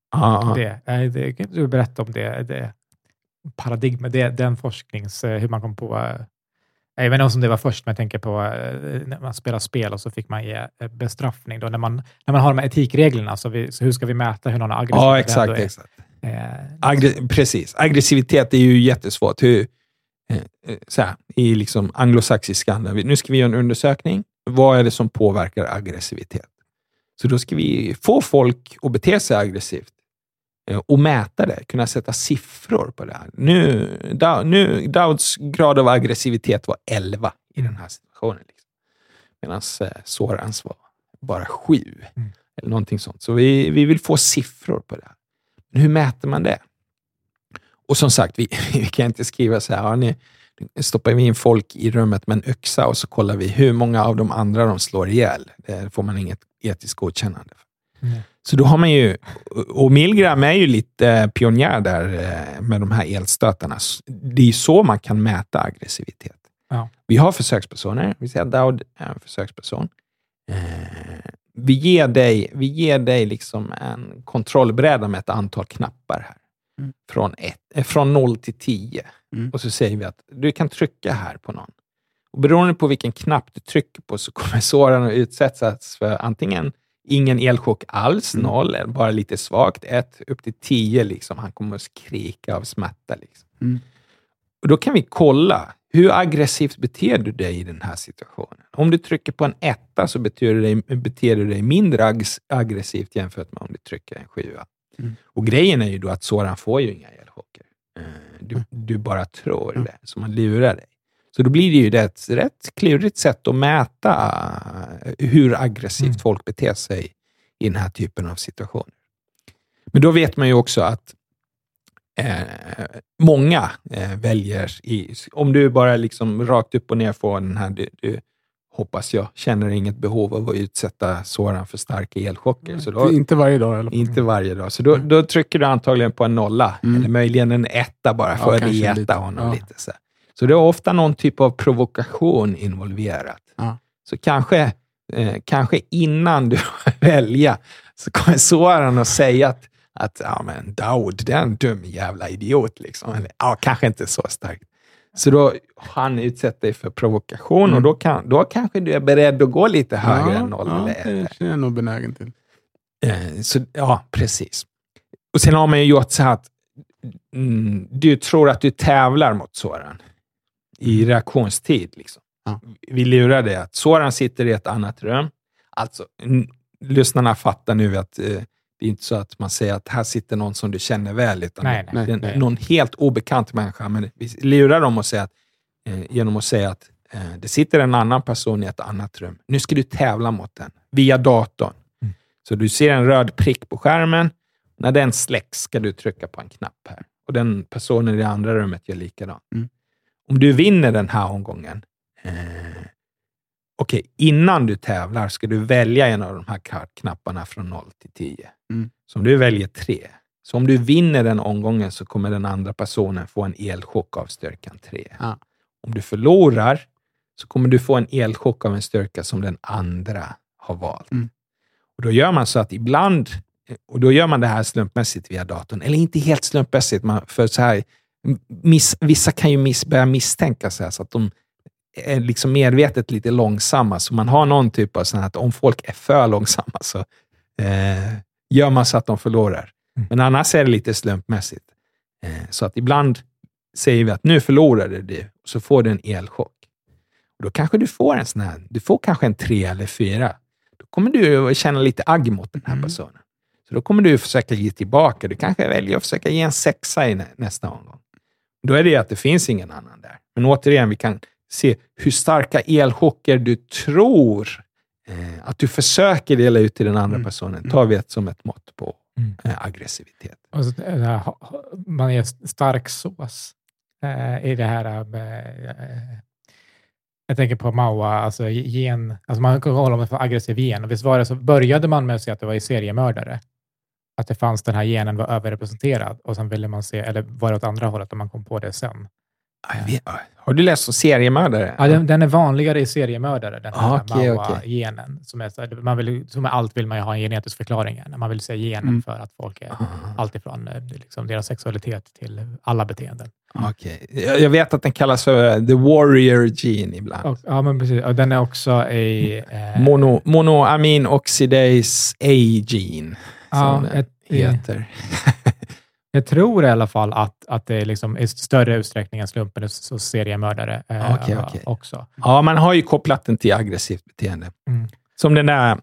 Det kan du berätta om det paradigmet, den forsknings, hur man kom på, jag vet inte om det var först, men jag tänker på när man spelar spel och så fick man ge bestraffning då, när man har de här etikreglerna, så hur ska vi mäta hur någon är aggressiv? Ja, exakt. Precis. Aggressivitet är ju jättesvårt. Så här, i liksom anglosaxisk standard. Nu ska vi göra en undersökning. Vad är det som påverkar aggressivitet? Så då ska vi få folk att bete sig aggressivt och mäta det. Kunna sätta siffror på det här. Nu Dauds grad av aggressivitet var 11 i den här situationen. Liksom. Medan Sorans var bara 7. Eller någonting sånt. Så vi vill få siffror på det här. Men hur mäter man det? Och som sagt, vi kan inte skriva så här, nu stoppar vi in folk i rummet med en öxa och så kollar vi hur många av de andra de slår ihjäl. Det får man inget etiskt godkännande för. Så då har man ju, och Milgram är ju lite pionjär där med de här elstötarna. Det är ju så man kan mäta aggressivitet. Ja. Vi har försökspersoner, vi säger att Daud är en försöksperson. Vi ger dig liksom en kontrollbräda med ett antal knappar här. Från 0 till 10. Och så säger vi att du kan trycka här på någon. Och beroende på vilken knapp du trycker på så kommer Soran att utsättas för antingen ingen elchock alls, 0, eller bara lite svagt, 1 upp till 10 liksom. Han kommer att skrika av smärta liksom. Och då kan vi kolla, hur aggressivt beter du dig i den här situationen? Om du trycker på en 1 så beter du dig mindre aggressivt jämfört med om du trycker en 7. Och grejen är ju då att Soran får ju inga elchocker. Du bara tror det, så man lurar dig. Så då blir det ju ett rätt klurigt sätt att mäta hur aggressivt folk beter sig i den här typen av situationer. Men då vet man ju också att många väljer, om du bara liksom rakt upp och ner får den här, du hoppas jag känner inget behov av att utsätta Soran för starka elchocker. Så då, inte varje dag. Eller? Inte varje dag. Så då trycker du antagligen på en 0. Eller möjligen en 1 bara för att reta honom lite. Så det är ofta någon typ av provokation involverat. Så kanske innan du väljer så kommer Soran att säga att ja, men Daud, det är en dum jävla idiot liksom. Eller, kanske inte så starkt. Så då han utsätter dig för provokation och då kanske du är beredd att gå lite högre än 0 eller 1. Det är jag nog benägen till. Så, precis. Och sen har man ju gjort så här att du tror att du tävlar mot Soran i reaktionstid. Liksom. Vi lurar dig att Soran sitter i ett annat rum. Alltså, lyssnarna fattar nu att det är inte så att man säger att här sitter någon som du känner väl, utan nej. Någon helt obekant människa. Men vi lurar dem och säger att, genom att säga att det sitter en annan person i ett annat rum. Nu ska du tävla mot den via datorn. Så du ser en röd prick på skärmen. När den släcks ska du trycka på en knapp här. Och den personen i det andra rummet gör likadant. Om du vinner den här omgången, innan du tävlar ska du välja en av de här knapparna från 0 till 10. Så om du väljer 3. Så om du vinner den omgången så kommer den andra personen få en elchock av styrkan 3. Om du förlorar så kommer du få en elchock av en styrka som den andra har valt. Och då gör man så att ibland, och då gör man det här slumpmässigt via datorn. Eller inte helt slumpmässigt, för så här, vissa kan ju börja misstänka så här, så att de är liksom medvetet lite långsamma. Så man har någon typ av sån här att om folk är för långsamma så gör man så att de förlorar. Men annars är det lite slumpmässigt. Så att ibland säger vi att nu förlorade du och så får du en elchock. Och då kanske du får en sån här, du får kanske en 3 eller 4. Då kommer du känna lite agg mot den här personen. Så då kommer du försöka ge tillbaka. Du kanske väljer att försöka ge en 6 i nästa omgång. Då är det att det finns ingen annan där. Men återigen, vi kan se hur starka elchocker du tror att du försöker dela ut till den andra personen. Tar vi ett som ett mått på aggressivitet. Och så, man är stark sås i det här med, jag tänker på Maua, alltså gen, alltså man kan hålla med för aggressiv gen. Och visst var det så, började man med att säga att det var i seriemördare. att det fanns den här genen var överrepresenterad och sen ville man se, eller var det åt andra hållet om man kom på det sen. Har du läst om seriemördare? Ja, den är vanligare i seriemördare, den här MAOA-genen. Som allt vill man ju ha en genetisk förklaring. Man vill se genen för att folk är alltifrån liksom, deras sexualitet till alla beteenden. Okej. Jag vet att den kallas för the warrior gene ibland. Ja, men precis. Och den är också i... Monoamin oxidase A-gene. Som heter. Jag tror i alla fall att det är liksom i större utsträckning än slumpen så seriemördare också. Ja, man har ju kopplat den till aggressivt beteende. Som den där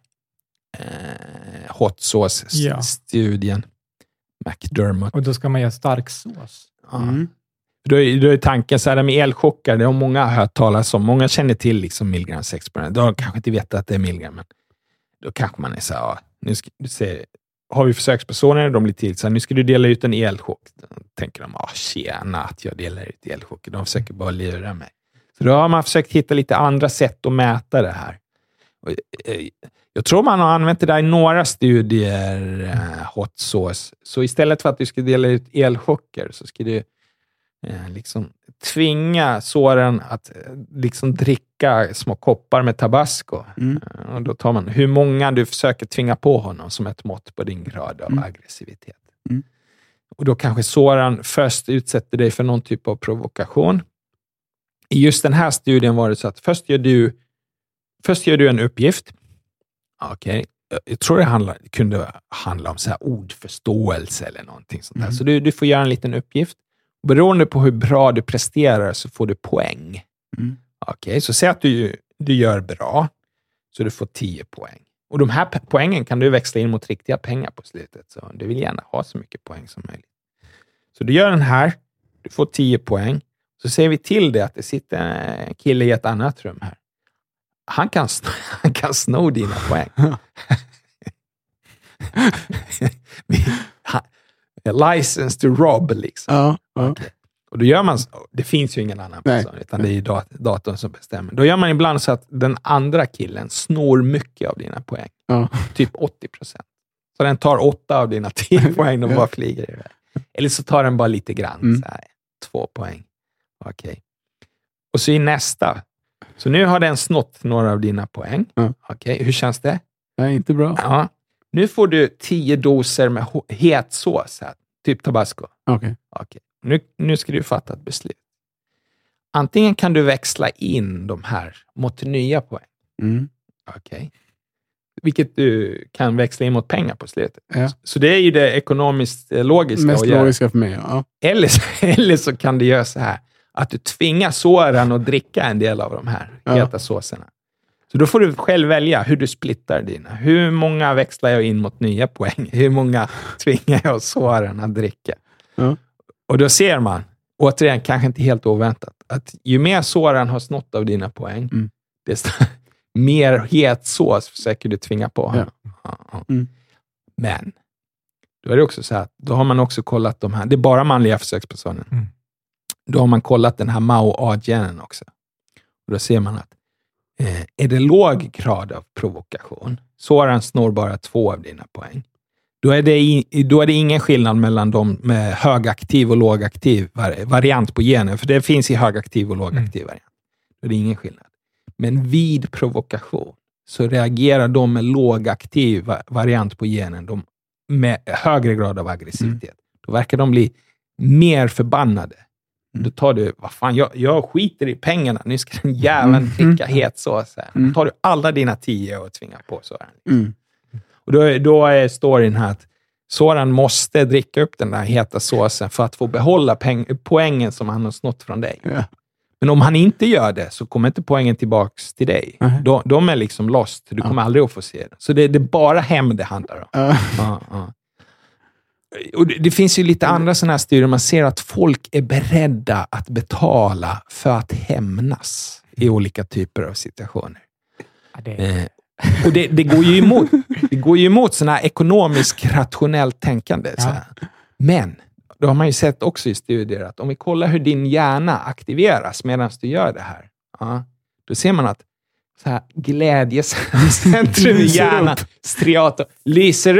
hot sauce-studien. McDermott. Och då ska man göra stark sås. Då är tanken så här med elchockar, det har många hört talas om. Många känner till liksom milligram 6 på den. Då kanske inte vet att det är milligram, men då kanske man är så här, nu ska du se, har vi försökspersoner, de blir till så här, nu ska du dela ut en elchock. Då tänker de, tjena att jag delar ut elchocker. De försöker bara lura mig. Så då har man försökt hitta lite andra sätt att mäta det här. Jag tror man har använt det där i några studier, hot sauce. Så istället för att du ska dela ut elchocker så ska du liksom tvinga såren att liksom dricka små koppar med tabasco. Och då tar man hur många du försöker tvinga på honom som ett mått på din grad av aggressivitet. Och då kanske såren först utsätter dig för någon typ av provokation. I just den här studien var det så att först gör du en uppgift. Okej. Jag tror det kunde handla om så här ordförståelse eller någonting sånt där. Så du får göra en liten uppgift. Beroende på hur bra du presterar så får du poäng. Okej, så säg att du gör bra så du får 10 poäng. Och de här poängen kan du växla in mot riktiga pengar på slutet. Så du vill gärna ha så mycket poäng som möjligt. Så du gör den här, du får 10 poäng. Så ser vi till det att det sitter en kille i ett annat rum här. Han kan sno dina poäng. License to rob liksom. Okay. Och då gör man, det finns ju ingen annan person, utan det är ju datorn som bestämmer. Då gör man ibland så att den andra killen snor mycket av dina poäng. Typ 80%. Så den tar 8 av dina 10 poäng och bara flyger iväg. Eller så tar den bara lite grann. Så här, 2 poäng. Okej. Och så i nästa. Så nu har den snott några av dina poäng. Okej, hur känns det? Nej, inte bra. Ja. Nu får du 10 doser med het sås här. Typ tabasco. Okej. Nu ska du fatta ett beslut. Antingen kan du växla in de här mot nya poäng. Okej. Vilket du kan växla in mot pengar på slutet. Ja. Så det är ju det ekonomiskt logiska. Mest logiska för mig, ja. Eller så kan du göra så här. Att du tvingar såren att dricka en del av de här heta såserna. Så då får du själv välja hur du splittar dina. Hur många växlar jag in mot nya poäng? Hur många tvingar jag såren att dricka? Och då ser man, återigen kanske inte helt oväntat, att ju mer såren har snott av dina poäng, desto mer het sås försöker du tvinga på honom. Men då är det också så här, då har man också kollat de här, det är bara manliga försökspersoner. Då har man kollat den här MAO-A-genen också. Och då ser man att är det låg grad av provokation, såren snor bara 2 av dina poäng. Då är det ingen skillnad mellan de med högaktiv och lågaktiv variant på genen. För det finns i högaktiv och lågaktiv variant. Då är det ingen skillnad. Men vid provokation så reagerar de med lågaktiv variant på genen, de med högre grad av aggressivitet. Då verkar de bli mer förbannade. Då tar du, vad fan, jag skiter i pengarna. Nu ska den jäveln dricka het sås här. Då tar du alla dina 10 och tvingar på så här. Och då är storyn här att Soran måste dricka upp den där heta såsen för att få behålla poängen som han har snott från dig. Ja. Men om han inte gör det så kommer inte poängen tillbaks till dig. De är liksom lost. Du kommer aldrig att få se det. Så det är bara hem det handlar om. Och det finns ju lite andra sådana här studier. Man ser att folk är beredda att betala för att hämnas i olika typer av situationer. Och det går ju emot sådana här ekonomiskt rationellt tänkande. Så här. Men då har man ju sett också i studier att om vi kollar hur din hjärna aktiveras medan du gör det här. Då ser man att så här glädjecentrum i hjärnan, striator, lyser upp.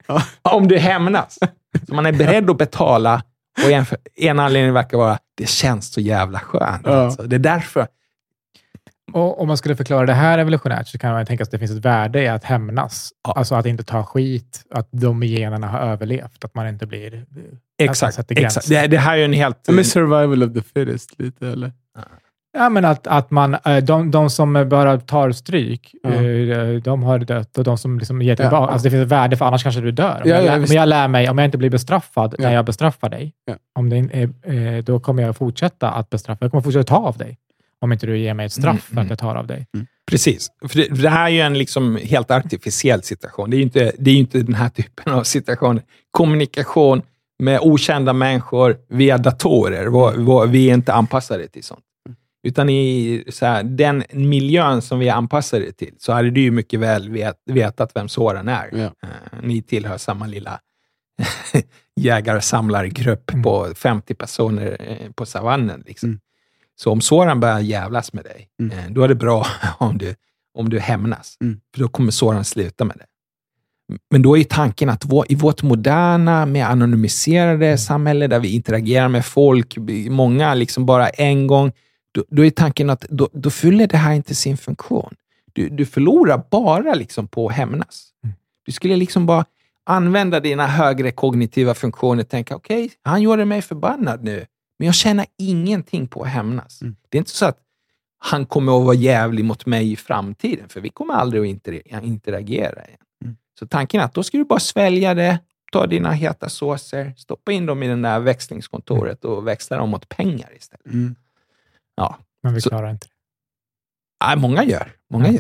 Om du hämnas. Så man är beredd att betala och en anledning verkar vara det känns så jävla skönt. Alltså. Det är därför. Och om man skulle förklara det här evolutionärt så kan man tänka sig att det finns ett värde i att hämnas. Ja. Alltså att inte ta skit, att de generna har överlevt, att man inte blir... Exakt. Det här är ju en helt... Men survival of the fittest lite, eller? Ja, men att man, de som bara tar stryk, de har dött och de som liksom ger tillbaka. Alltså det finns ett värde för annars kanske du dör. Men jag lär mig, om jag inte blir bestraffad när jag bestraffar dig, då kommer jag fortsätta att bestraffa. Jag kommer fortsätta ta av dig. Om inte du ger mig ett straff för att jag tar av dig. Precis. För det här är ju en liksom helt artificiell situation. Det är ju inte den här typen av situation. Kommunikation med okända människor via datorer. Vi är inte anpassade till sånt. Utan i så här, den miljön som vi är anpassade till så hade du ju mycket väl vetat vem Soran är. Ja. Ni tillhör samma lilla jägar-samlargrupp på 50 personer på savannen. Liksom. Så om Soran börjar jävlas med dig, då är det bra om du hämnas. För då kommer Soran sluta med det. Men då är tanken att i vårt moderna, med anonymiserade samhälle där vi interagerar med folk, många liksom bara en gång, då är tanken att då fyller det här inte sin funktion. Du förlorar bara liksom på att hämnas. Du skulle liksom bara använda dina högre kognitiva funktioner och tänka, okej, han gjorde mig förbannad nu. Men jag känner ingenting på att hämnas. Det är inte så att han kommer att vara jävlig mot mig i framtiden. För vi kommer aldrig att interagera igen. Så tanken är att då ska du bara svälja det. Ta dina heta såser. Stoppa in dem i den där växlingskontoret. Och växla dem mot pengar istället. Ja. Men vi klarar inte det. Nej, många gör.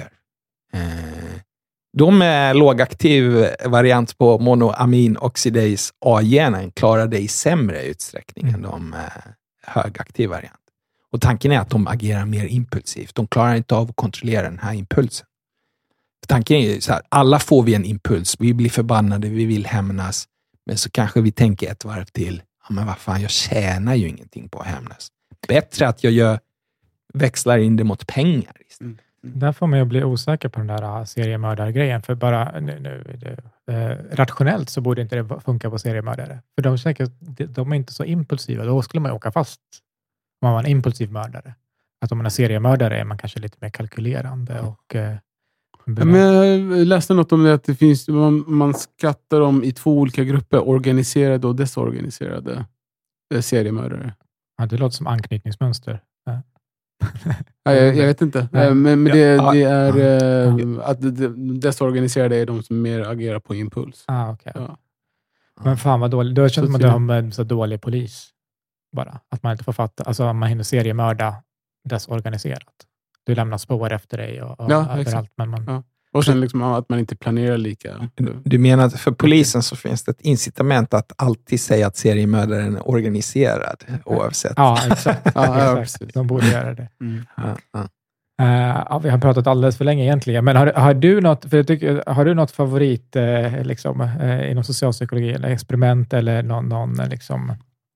De är lågaktiv variant på monoamin oxidase A-genen klarar det i sämre utsträckning än de högaktiv variant. Och tanken är att de agerar mer impulsivt. De klarar inte av att kontrollera den här impulsen. Tanken är ju så här, alla får vi en impuls. Vi blir förbannade, vi vill hämnas. Men så kanske vi tänker ett varv till. Ja, men vad fan, jag tjänar ju ingenting på att hämnas. Bättre att jag växlar in det mot pengar istället. Där får man ju bli osäker på den där seriemördargrejen. För bara rationellt så borde inte det funka på seriemördare. För de är inte så impulsiva. Då skulle man ju åka fast om man var en impulsiv mördare. Att om man är seriemördare är man kanske lite mer kalkylerande. Och, men jag läste något om det att det finns, man skattar dem i 2 olika grupper. Organiserade och desorganiserade seriemördare. Ja, det låter som anknytningsmönster. Ja, jag vet inte. Men det är att desorganiserade är de som mer agerar på impuls. Okay. Ja. Men fan vad dåligt. Då känns det som att du har en så dålig polis. Bara. Att man inte får fatta. Alltså man hinner seriemörda desorganiserat. Du lämnar spår efter dig och överallt. Men man... Och sen liksom att man inte planerar lika. Du menar att för polisen så finns det ett incitament att alltid säga att seriemördaren är organiserad oavsett. Ja, exakt. Exakt. De borde göra det. Vi har pratat alldeles för länge egentligen. Men har du något, har du något favorit inom socialpsykologi eller experiment eller någon liksom...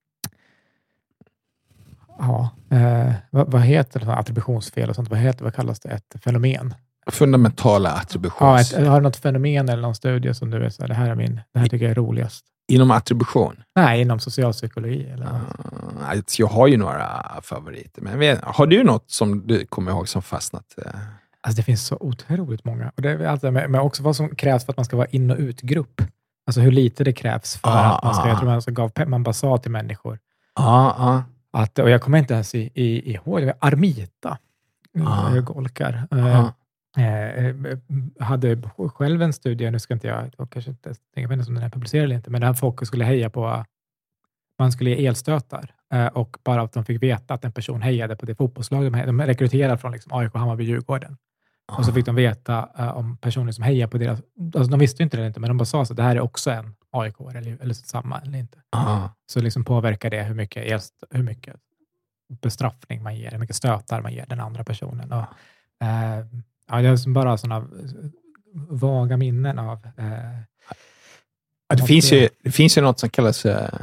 vad heter det? Attributionsfel och sånt. Vad kallas det? Ett fenomen? Fundamentala attributions. Ja, har du något fenomen eller någon studie som du vet, det här tycker jag är roligast? Inom attribution? Nej, inom socialpsykologi. Eller jag har ju några favoriter. Men har du något som du kommer ihåg som fastnat? Alltså det finns så otroligt många. Och det är alltså med också vad som krävs för att man ska vara in- och utgrupp. Alltså hur lite det krävs för att man ska, jag tror man bara sa till människor. Och jag kommer inte ens ihåg, Armita. Golkar. Hade själv en studie, nu ska inte jag kanske inte tänka på om den är publicerad eller inte, men där folk skulle heja på, man skulle ge elstötar och bara att de fick veta att en person hejade på det fotbollslag de rekryterade från liksom AIK, Hammarby, Djurgården. Och så fick de veta om personer som hejar på deras, alltså de visste ju inte det inte, men de bara sa så att det här är också en AIK eller samma eller inte. Så liksom påverkar det hur mycket bestraffning man ger, hur mycket stötar man ger den andra personen. Och, det är bara sådana vaga minnen av... Det finns ju något som kallas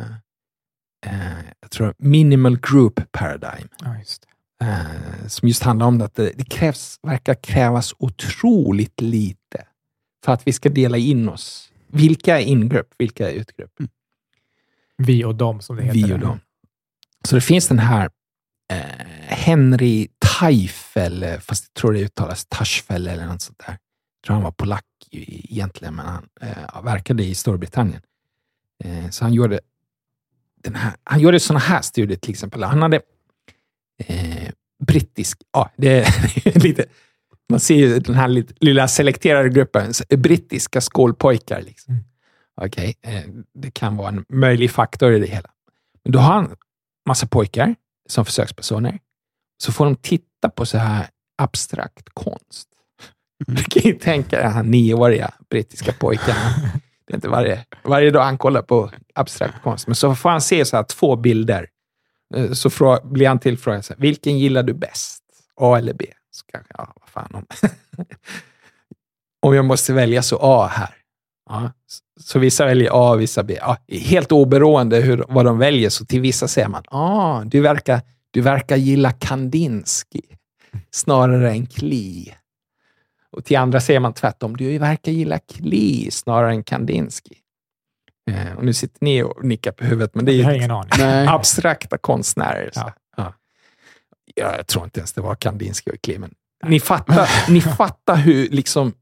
jag tror minimal group paradigm. Ja, just det. Som just handlar om att det verkar krävas otroligt lite för att vi ska dela in oss vilka är ingrupp, vilka är utgrupp? Vi och dem, som det heter. Vi och dem. Så det finns den här Henry Teifel, fast jag tror det uttalas Taschfel eller något sånt där. Jag tror han var polack egentligen, men han verkade i Storbritannien. Så han gjorde såna här studier till exempel. Han hade brittisk, det är lite, man ser ju den här lilla selekterade gruppen, brittiska skolpojkar liksom. Okej, det kan vara en möjlig faktor i det hela. Men då har han massa pojkar som försökspersoner, så får de titta på så här abstrakt konst. Du kan ju tänka den här 9-åriga brittiska pojken. Det är inte varje dag han kollar på abstrakt konst. Men så får han se så här 2 bilder. Så blir han tillfrågad så här, vilken gillar du bäst? A eller B? Så kanske, vad fan om jag måste välja så A här. Ja, så vissa väljer A, vissa B. Ja, helt oberoende vad de väljer, så till vissa säger man, du verkar gilla Kandinsky snarare än Klee. Och till andra säger man tvärtom, du verkar gilla Klee snarare än Kandinsky. Och nu sitter ni och nickar på huvudet, men det är ju abstrakta konstnärer. Ja. Ja. Jag tror inte ens det var Kandinsky och Klee, men ni fattar hur liksom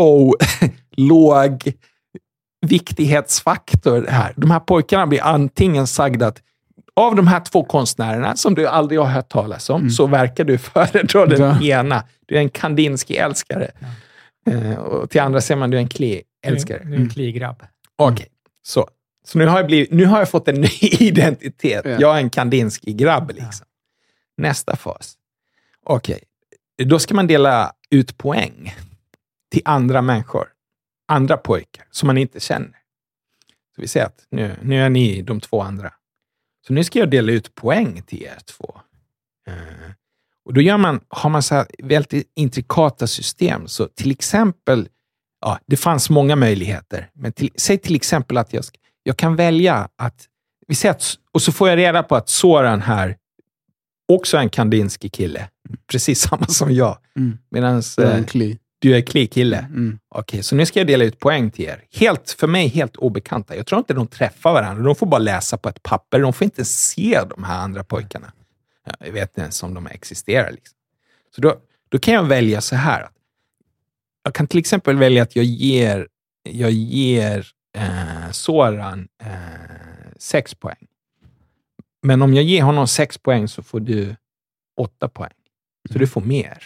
låg viktighetsfaktor här. De här pojkarna blir antingen sagda att av de här 2 konstnärerna som du aldrig har hört talas om, så verkar du föredra den ena. Du är en Kandinsky-älskare. Och till andra ser man du är en Klee-älskare. Du är en Klee-grabb. Okej, så nu har jag fått en ny identitet. Jag är en Kandinsky-grabb liksom. Nästa fas. Okej, då ska man dela ut poäng till andra människor. Andra pojkar som man inte känner. Så vi säger att nu är ni de 2 andra. Så nu ska jag dela ut poäng till er 2. Och då har man så här väldigt intrikata system. Så till exempel, det fanns många möjligheter. Men säg till exempel att jag kan välja att, vi säger att, och så får jag reda på att Soran här också är en Kandinsky kille. Precis samma som jag. Medan du är Klee-kille. Okej, så nu ska jag dela ut poäng till er. För mig helt obekanta. Jag tror inte de träffar varandra. De får bara läsa på ett papper. De får inte se de här andra pojkarna. Jag vet inte ens om de existerar. Liksom. Så då kan jag välja så här. Jag kan till exempel välja att jag ger Soran 6 poäng. Men om jag ger honom 6 poäng så får du 8 poäng. Så du får mer.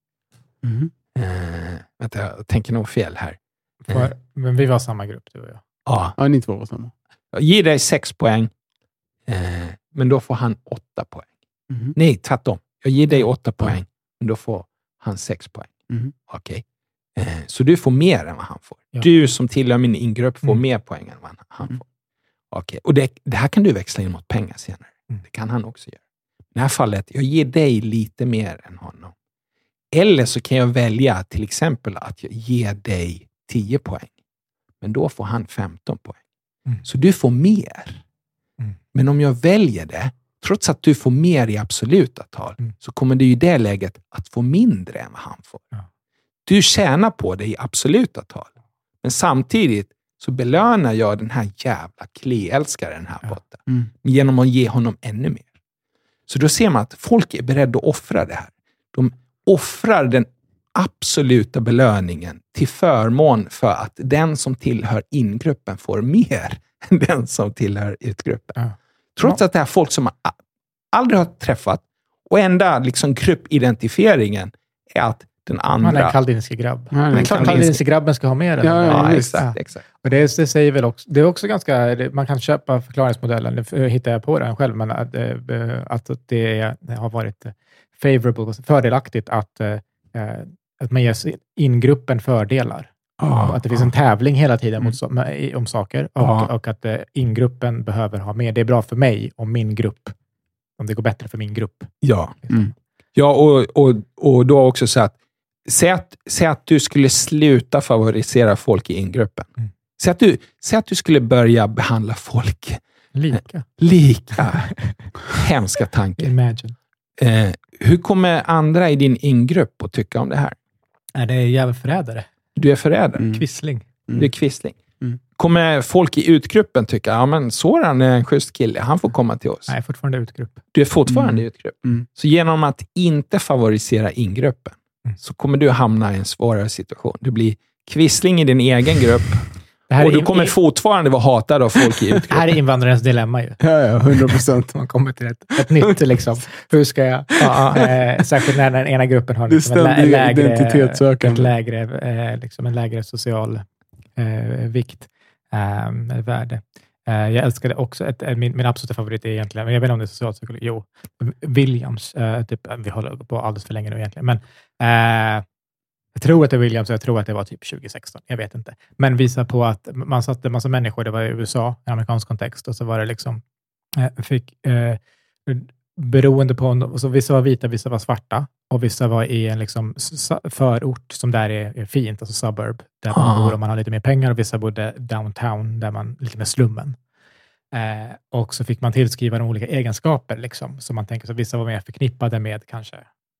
Vänta, jag tänker nog fel här. Men vi var samma grupp, du och jag. Ja, ni 2 var samma. Jag ger dig 6 poäng. Men då får han 8 poäng. Nej, tvärtom. Jag ger dig 8 poäng. Men då får han 6 poäng. Okej. Så du får mer än vad han får. Ja. Du som tillhör min ingrupp får mer poäng än vad han får. Okej. Och det här kan du växla in mot pengar senare. Det kan han också göra. I det här fallet, jag ger dig lite mer än honom. Eller så kan jag välja till exempel att jag ger dig 10 poäng. Men då får han 15 poäng. Så du får mer. Men om jag väljer det, trots att du får mer i absoluta tal, så kommer du i det läget att få mindre än vad han får. Du tjänar på det i absoluta tal. Men samtidigt så belönar jag den här jävla Klee-älskaren här borta. Genom att ge honom ännu mer. Så då ser man att folk är beredda att offra det här. De offrar den absoluta belöningen till förmån för att den som tillhör ingruppen får mer än den som tillhör utgruppen. Trots att det är folk som man aldrig har träffat, och enda liksom gruppidentifieringen är att den andra... Man är en Kandinsky-grabb. Kandinsky-grabben ska ha mer än ja, exakt. Och det säger väl också... Det är också ganska... Man kan köpa förklaringsmodellen, det hittar jag på den själv, men att det har varit fördelaktigt att man ger ingruppen fördelar. Att det finns en tävling hela tiden om saker. Och att ingruppen behöver ha mer. Det är bra för mig om det går bättre för min grupp. Ja. Ja, och då också så att säg att du skulle sluta favorisera folk i ingruppen. Säg att du skulle börja behandla folk lika. Hemska tanke. Imagine. Hur kommer andra i din ingrupp att tycka om det här? Det är jävla förrädare. Du är förrädare. Kvissling. Du är kvissling. Kommer folk i utgruppen tycka, ja men Soran är en schysst kille, han får komma till oss? Nej, fortfarande utgrupp. Du är fortfarande i utgrupp. Så genom att inte favorisera ingruppen så kommer du hamna i en svårare situation. Du blir kvissling i din egen grupp och du kommer fortfarande vara hatad av folk i utgruppen. Det här är invandrarens dilemma ju. Ja, 100%. Man kommer till ett nytt liksom. Hur ska jag... särskilt när den ena gruppen har liksom en lägre social vikt. Värde. Jag älskade också, min absoluta favorit är egentligen, jag vet inte om det är socialpsykologi, Williams, vi håller på alldeles för länge nu egentligen, men jag tror att det är Williams, jag tror att det var typ 2016, jag vet inte, men visar på att man satte en massa människor, det var i USA, i amerikansk kontext, och så var det liksom beroende på, så vissa var vita, vissa var svarta, och vissa var i en liksom förort som där är fint, alltså suburb, där man bor och man har lite mer pengar, och vissa bodde downtown, där man lite mer slummen. Och så fick man tillskriva de olika egenskaper, liksom, så man tänker så vissa var mer förknippade med kanske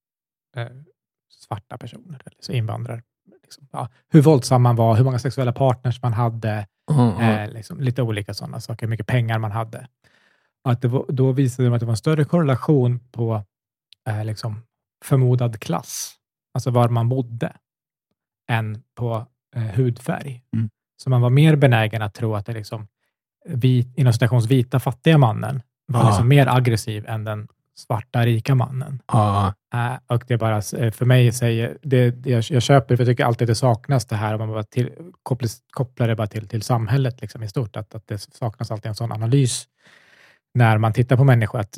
svarta personer, eller så invandrare. Liksom, hur våldsam man var, hur många sexuella partners man hade, liksom, lite olika sådana saker, hur mycket pengar man hade. Att då visade det att det var en större korrelation på liksom förmodad klass, alltså var man bodde, än på hudfärg. Så man var mer benägen att tro att det liksom inom citations vita fattiga mannen var liksom mer aggressiv än den svarta rika mannen. Och det bara för mig säger det, jag köper, för jag tycker alltid det saknas det här, om man bara kopplar det bara till samhället liksom i stort, att det saknas alltid en sån analys när man tittar på människor, att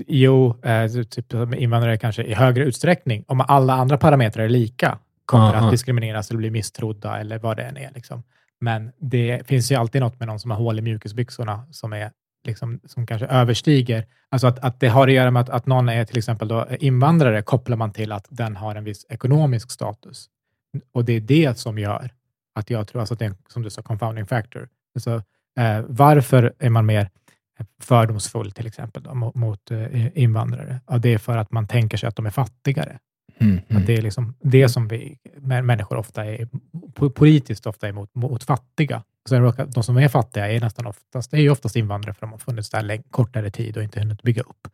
typ invandrare kanske i högre utsträckning, om alla andra parametrar är lika, kommer att diskrimineras eller bli misstrodda eller vad det än är. Liksom. Men det finns ju alltid något med någon som har hål i mjukisbyxorna som är liksom, som kanske överstiger. Alltså att det har att göra med att någon är till exempel då invandrare, kopplar man till att den har en viss ekonomisk status. Och det är det som gör att jag tror, alltså att det är, som du sa, confounding factor. Alltså, varför är man mer fördomsfull till exempel då, mot invandrare? Ja, det är för att man tänker sig att de är fattigare. Att det är liksom det som vi människor ofta är politiskt ofta är mot fattiga. Och sen de som är fattiga är nästan oftast invandrare, för de har funnits där kortare tid och inte hunnit bygga upp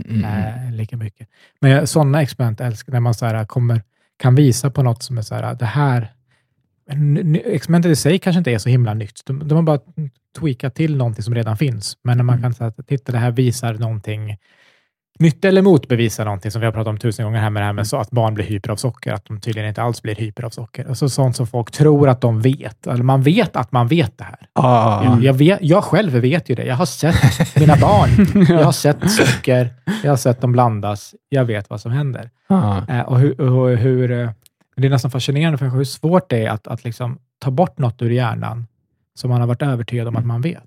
lika mycket. Men sådana experiment älskar när man så här kan visa på något som är så här, det här experimentet i sig kanske inte är så himla nytt. De har bara tweakat till någonting som redan finns. Men när man kan säga att titta, det här visar någonting nytt eller motbevisar någonting som vi har pratat om 1000 gånger här med det här med så att barn blir hyper av socker, att de tydligen inte alls blir hyper av socker. Alltså sånt som folk tror att de vet. Eller man vet att man vet det här. Jag själv vet ju det. Jag har sett mina barn. Jag har sett socker. Jag har sett dem blandas. Jag vet vad som händer. Och hur det är nästan fascinerande för hur svårt det är att liksom ta bort något ur hjärnan som man har varit övertygad om att man vet.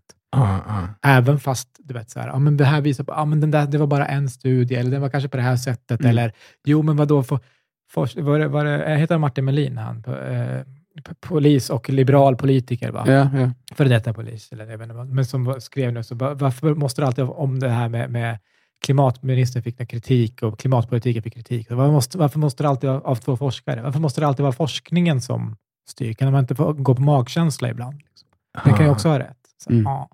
Även fast du vet så här, men det här visar på, men den där, det var bara en studie, eller den var kanske på det här sättet, eller men vadå, var det heter Martin Melin, han polis och liberal politiker, va? Ja. För detta polis, eller jag vet inte, men som skrev nu, så varför måste det alltid om det här med klimatministern fick kritik och klimatpolitiken fick kritik. Varför måste det alltid av två forskare? Varför måste det alltid vara forskningen som styr? Kan man inte få gå på magkänsla ibland? Liksom? Det kan ju också ha rätt. Så,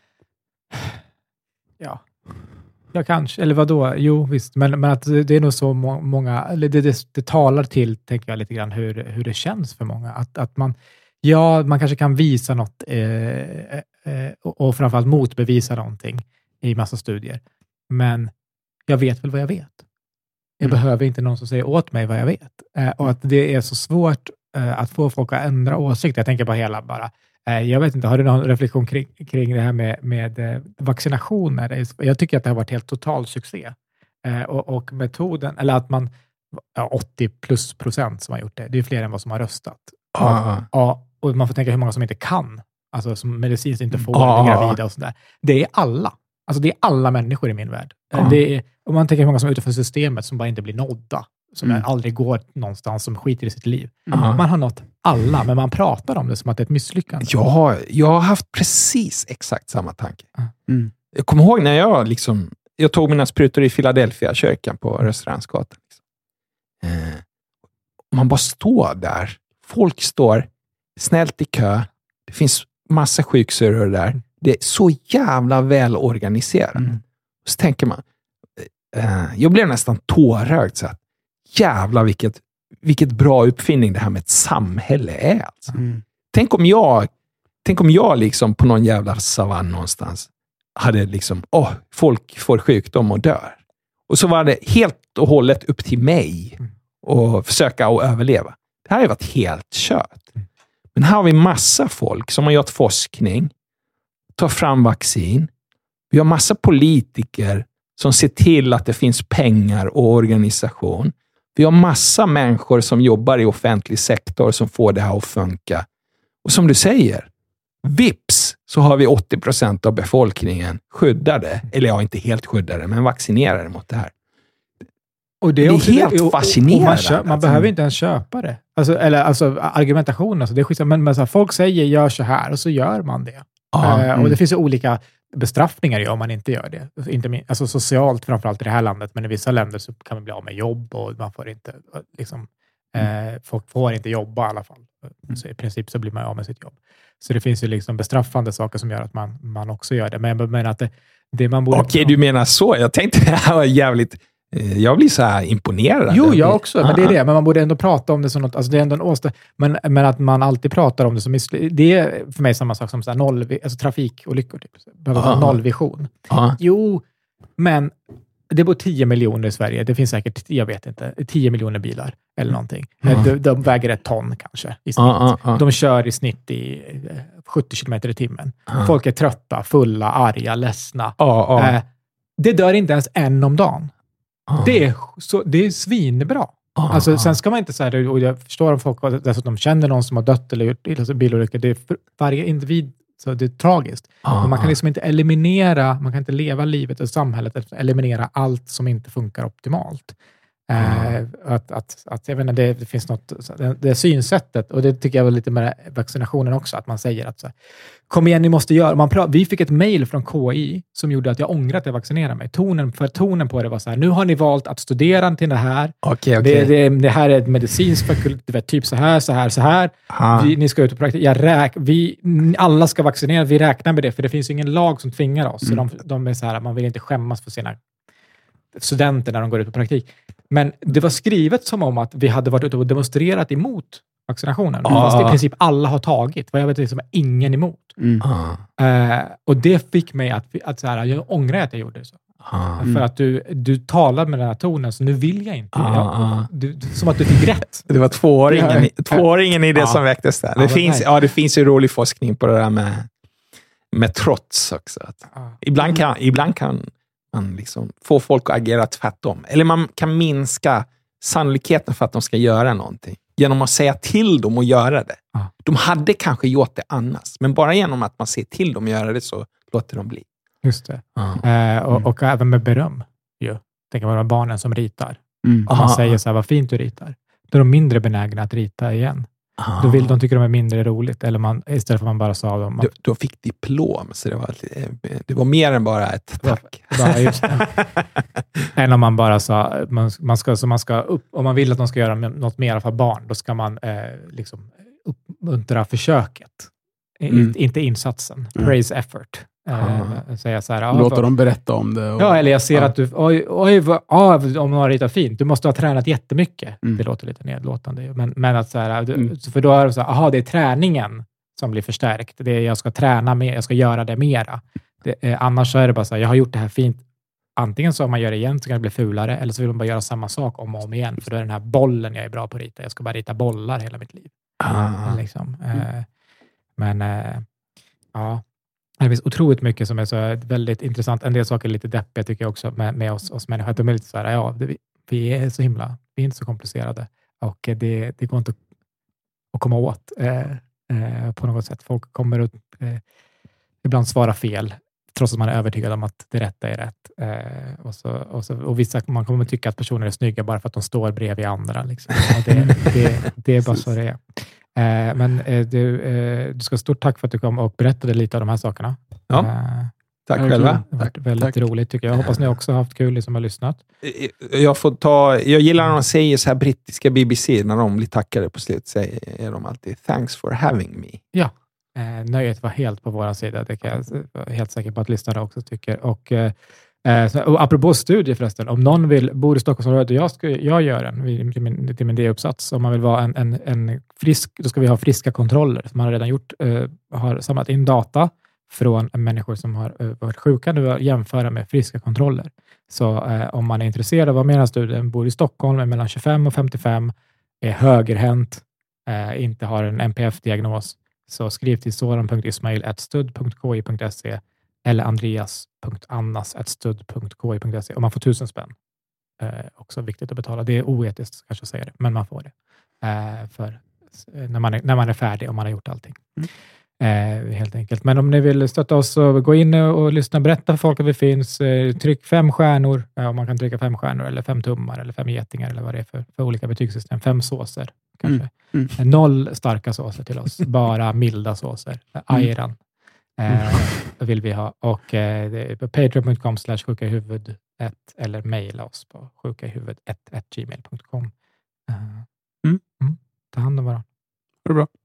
Ja, kanske. Eller vadå? Jo, visst. Men att det är nog så många, eller det talar till, tänker jag lite grann, hur det känns för många. Att man kanske kan visa något och framförallt motbevisa någonting i massa studier. Men jag vet väl vad jag vet. Jag behöver inte någon som säger åt mig vad jag vet. Och att det är så svårt att få folk att ändra åsikt. Jag tänker på hela bara. Jag vet inte, har du någon reflektion kring det här med vaccinationer? Jag tycker att det har varit helt total succé. Och metoden, eller att man 80+% som har gjort det. Det är fler än vad som har röstat. Och man får tänka hur många som inte kan. Alltså som medicinskt inte får bli gravida och sådär. Det är alla. Alltså det är alla människor i min värld. Om man tänker hur många som är utanför systemet som bara inte blir nådda. Som aldrig går någonstans, som skiter i sitt liv. Man har nått alla, men man pratar om det som att det är ett misslyckande. Jag har haft precis exakt samma tanke. Jag kommer ihåg när jag tog mina sprutor i Philadelphia kyrkan på Restaurangsgatan. Man bara står där. Folk står snällt i kö. Det finns massa sjuksyrror där. Det är så jävla väl organiserat. Så tänker man, jag blev nästan tårögd så att jävla vilket bra uppfinning det här med ett samhälle är. Alltså. Tänk om jag liksom på någon jävla savann någonstans hade liksom, folk får sjukdom och dör. Och så var det helt och hållet upp till mig att försöka att överleva. Det här har varit helt kört. Men här har vi massa folk som har gjort forskning, tar fram vaccin. Vi har massa politiker som ser till att det finns pengar och organisation. Vi har massa människor som jobbar i offentlig sektor som får det här att funka. Och som du säger, vips så har vi 80% av befolkningen skyddade, eller inte helt skyddade, men vaccinerade mot det här. Och det är helt fascinerande. Man behöver inte ens köpa det. Alltså argumentationen, alltså, det är skit, men så här, folk säger gör så här och så gör man det. Och det finns ju olika bestraffningar om man inte gör det. Alltså socialt framförallt i det här landet, men i vissa länder så kan man bli av med jobb och man får inte liksom, folk får inte jobba i alla fall. Så i princip så blir man av med sitt jobb. Så det finns ju liksom bestraffande saker som gör att man också gör det. Men jag menar att det man borde... Okej, du menar så. Jag tänkte det här var jävligt... Jag blir så här imponerad. Jo, jag också. Men det är det. Men man borde ändå prata om det som något... Alltså det är ändå men att man alltid pratar om det som... Det är för mig samma sak som så här alltså trafikolyckor. Typ. Behöver ha nollvision. Jo, men det bor 10 miljoner i Sverige. Det finns säkert, jag vet inte, 10 miljoner bilar eller någonting. De väger 1 ton kanske i snitt. De kör i snitt i 70 kilometer i timmen. Folk är trötta, fulla, arga, ledsna. Det dör inte ens en om dagen. Det är svinbra. Alltså, sen ska man inte säga, och jag förstår om folk dessutom känner någon som har dött eller gjort bilolyckor. Det är för varje individ, så det är tragiskt. Men man kan liksom inte eliminera, man kan inte leva livet och samhället, eliminera allt som inte funkar optimalt. Att jag vet inte, det finns något, det synsättet, och det tycker jag var lite med vaccinationen också, att man säger att så här, kom igen, ni måste göra. Vi fick ett mejl från KI som gjorde att jag ångrar att jag vaccinerade mig. Tonen på det var så här: nu har ni valt att studera till det här. Okay. Det här är ett medicinskt fakultet, typ så här. Ni ska ut på praktik. Alla ska vaccinera. Vi räknar med det, för det finns ingen lag som tvingar oss. Så de är så här, man vill inte skämmas för sina studenter när de går ut på praktik. Men det var skrivet som om att vi hade varit ute och demonstrerat emot vaccinationen. Fast i princip alla har tagit. Vad jag vet liksom ingen emot. Och det fick mig att så här, jag ångrar att jag gjorde det så. För att du talade med den här tonen, så nu vill jag inte. Som att du fick rätt. Det var tvååringen i det som väcktes där. Det finns ju rolig forskning på det där med trots också. Ibland kan man liksom få folk att agera tvärtom. Eller man kan minska sannolikheten för att de ska göra någonting genom att säga till dem att göra det. De hade kanske gjort det annars, men bara genom att man ser till dem att göra det så låter de bli. Just det. Och även med beröm. Tänk på barnen som ritar. Man säger så här, vad fint du ritar. Då är de mindre benägna att rita igen. Då tycker de är mindre roligt. Eller istället för att man bara sa dem. De fick diplom, så det var mer än bara ett tack. Just det. Än om man bara sa, om man vill att de ska göra något mer för barn, då ska man liksom uppmuntra försöket. Inte insatsen. Praise effort. Säga så här, låter dem berätta om det. Eller jag ser att du, om man har ritat fint, du måste ha tränat jättemycket. Det låter lite nedlåtande. Men att så här, för då är det så här, det är träningen som blir förstärkt. Det är, jag ska träna mer, jag ska göra det mera. Annars så är det bara så här, jag har gjort det här fint. Antingen så om man gör det igen så kan det bli fulare, eller så vill man bara göra samma sak om och om igen. För då är den här bollen jag är bra på att rita. Jag ska bara rita bollar hela mitt liv. Liksom. Det finns otroligt mycket som är så väldigt intressant. En del saker är lite deppiga tycker jag också med oss människor. Att de är lite så här, vi är så himla, vi är inte så komplicerade. Och det går inte att komma åt på något sätt. Folk kommer att ibland svara fel, trots att man är övertygad om att det rätta är rätt. Och vissa, man kommer att tycka att personer är snygga bara för att de står bredvid andra. Liksom. Det är bara så det är. Men du ska stort tack för att du kom och berättade lite av de här sakerna. Tack själva. Det har varit väldigt roligt tycker jag. Hoppas ni också har haft kul som har lyssnat. Jag gillar när de säger så här brittiska BBC, när de blir tackade på slut, säger de alltid thanks for having me. Ja. nöjet var helt på vår sida. Det kan jag vara helt säker på att lyssnarna också tycker. Och apropå studier förresten, om någon bor i Stockholmsområdet och jag gör en till min D-uppsats, om man vill vara en frisk, då ska vi ha friska kontroller. Man har redan har samlat in data från människor som har varit sjuka nu och jämföra med friska kontroller. Så om man är intresserad av vad menar studien, bor i Stockholm, är mellan 25 och 55, är högerhänt, inte har en NPF-diagnos, så skriv till soran.ismail@stud.ki.se eller andreas.annas@stud.ki.se och man får 1000 spänn. Också viktigt att betala. Det är oetiskt kanske att säga det, men man får det. För när man är färdig och man har gjort allting. Helt enkelt. Men om ni vill stötta oss så gå in och lyssna, berätta för folk att vi finns. Tryck 5 stjärnor, om man kan trycka 5 stjärnor eller 5 tummar eller 5 getingar eller vad det är för olika betygssystem. 5 såser kanske. 0 starka såser till oss. Bara milda såser. Ayran vill vi ha. Och det är på patreon.com/sjukaihuvud1 eller mejla oss på sjukaihuvud1@gmail.com. Ta hand om varandra. Det är bra.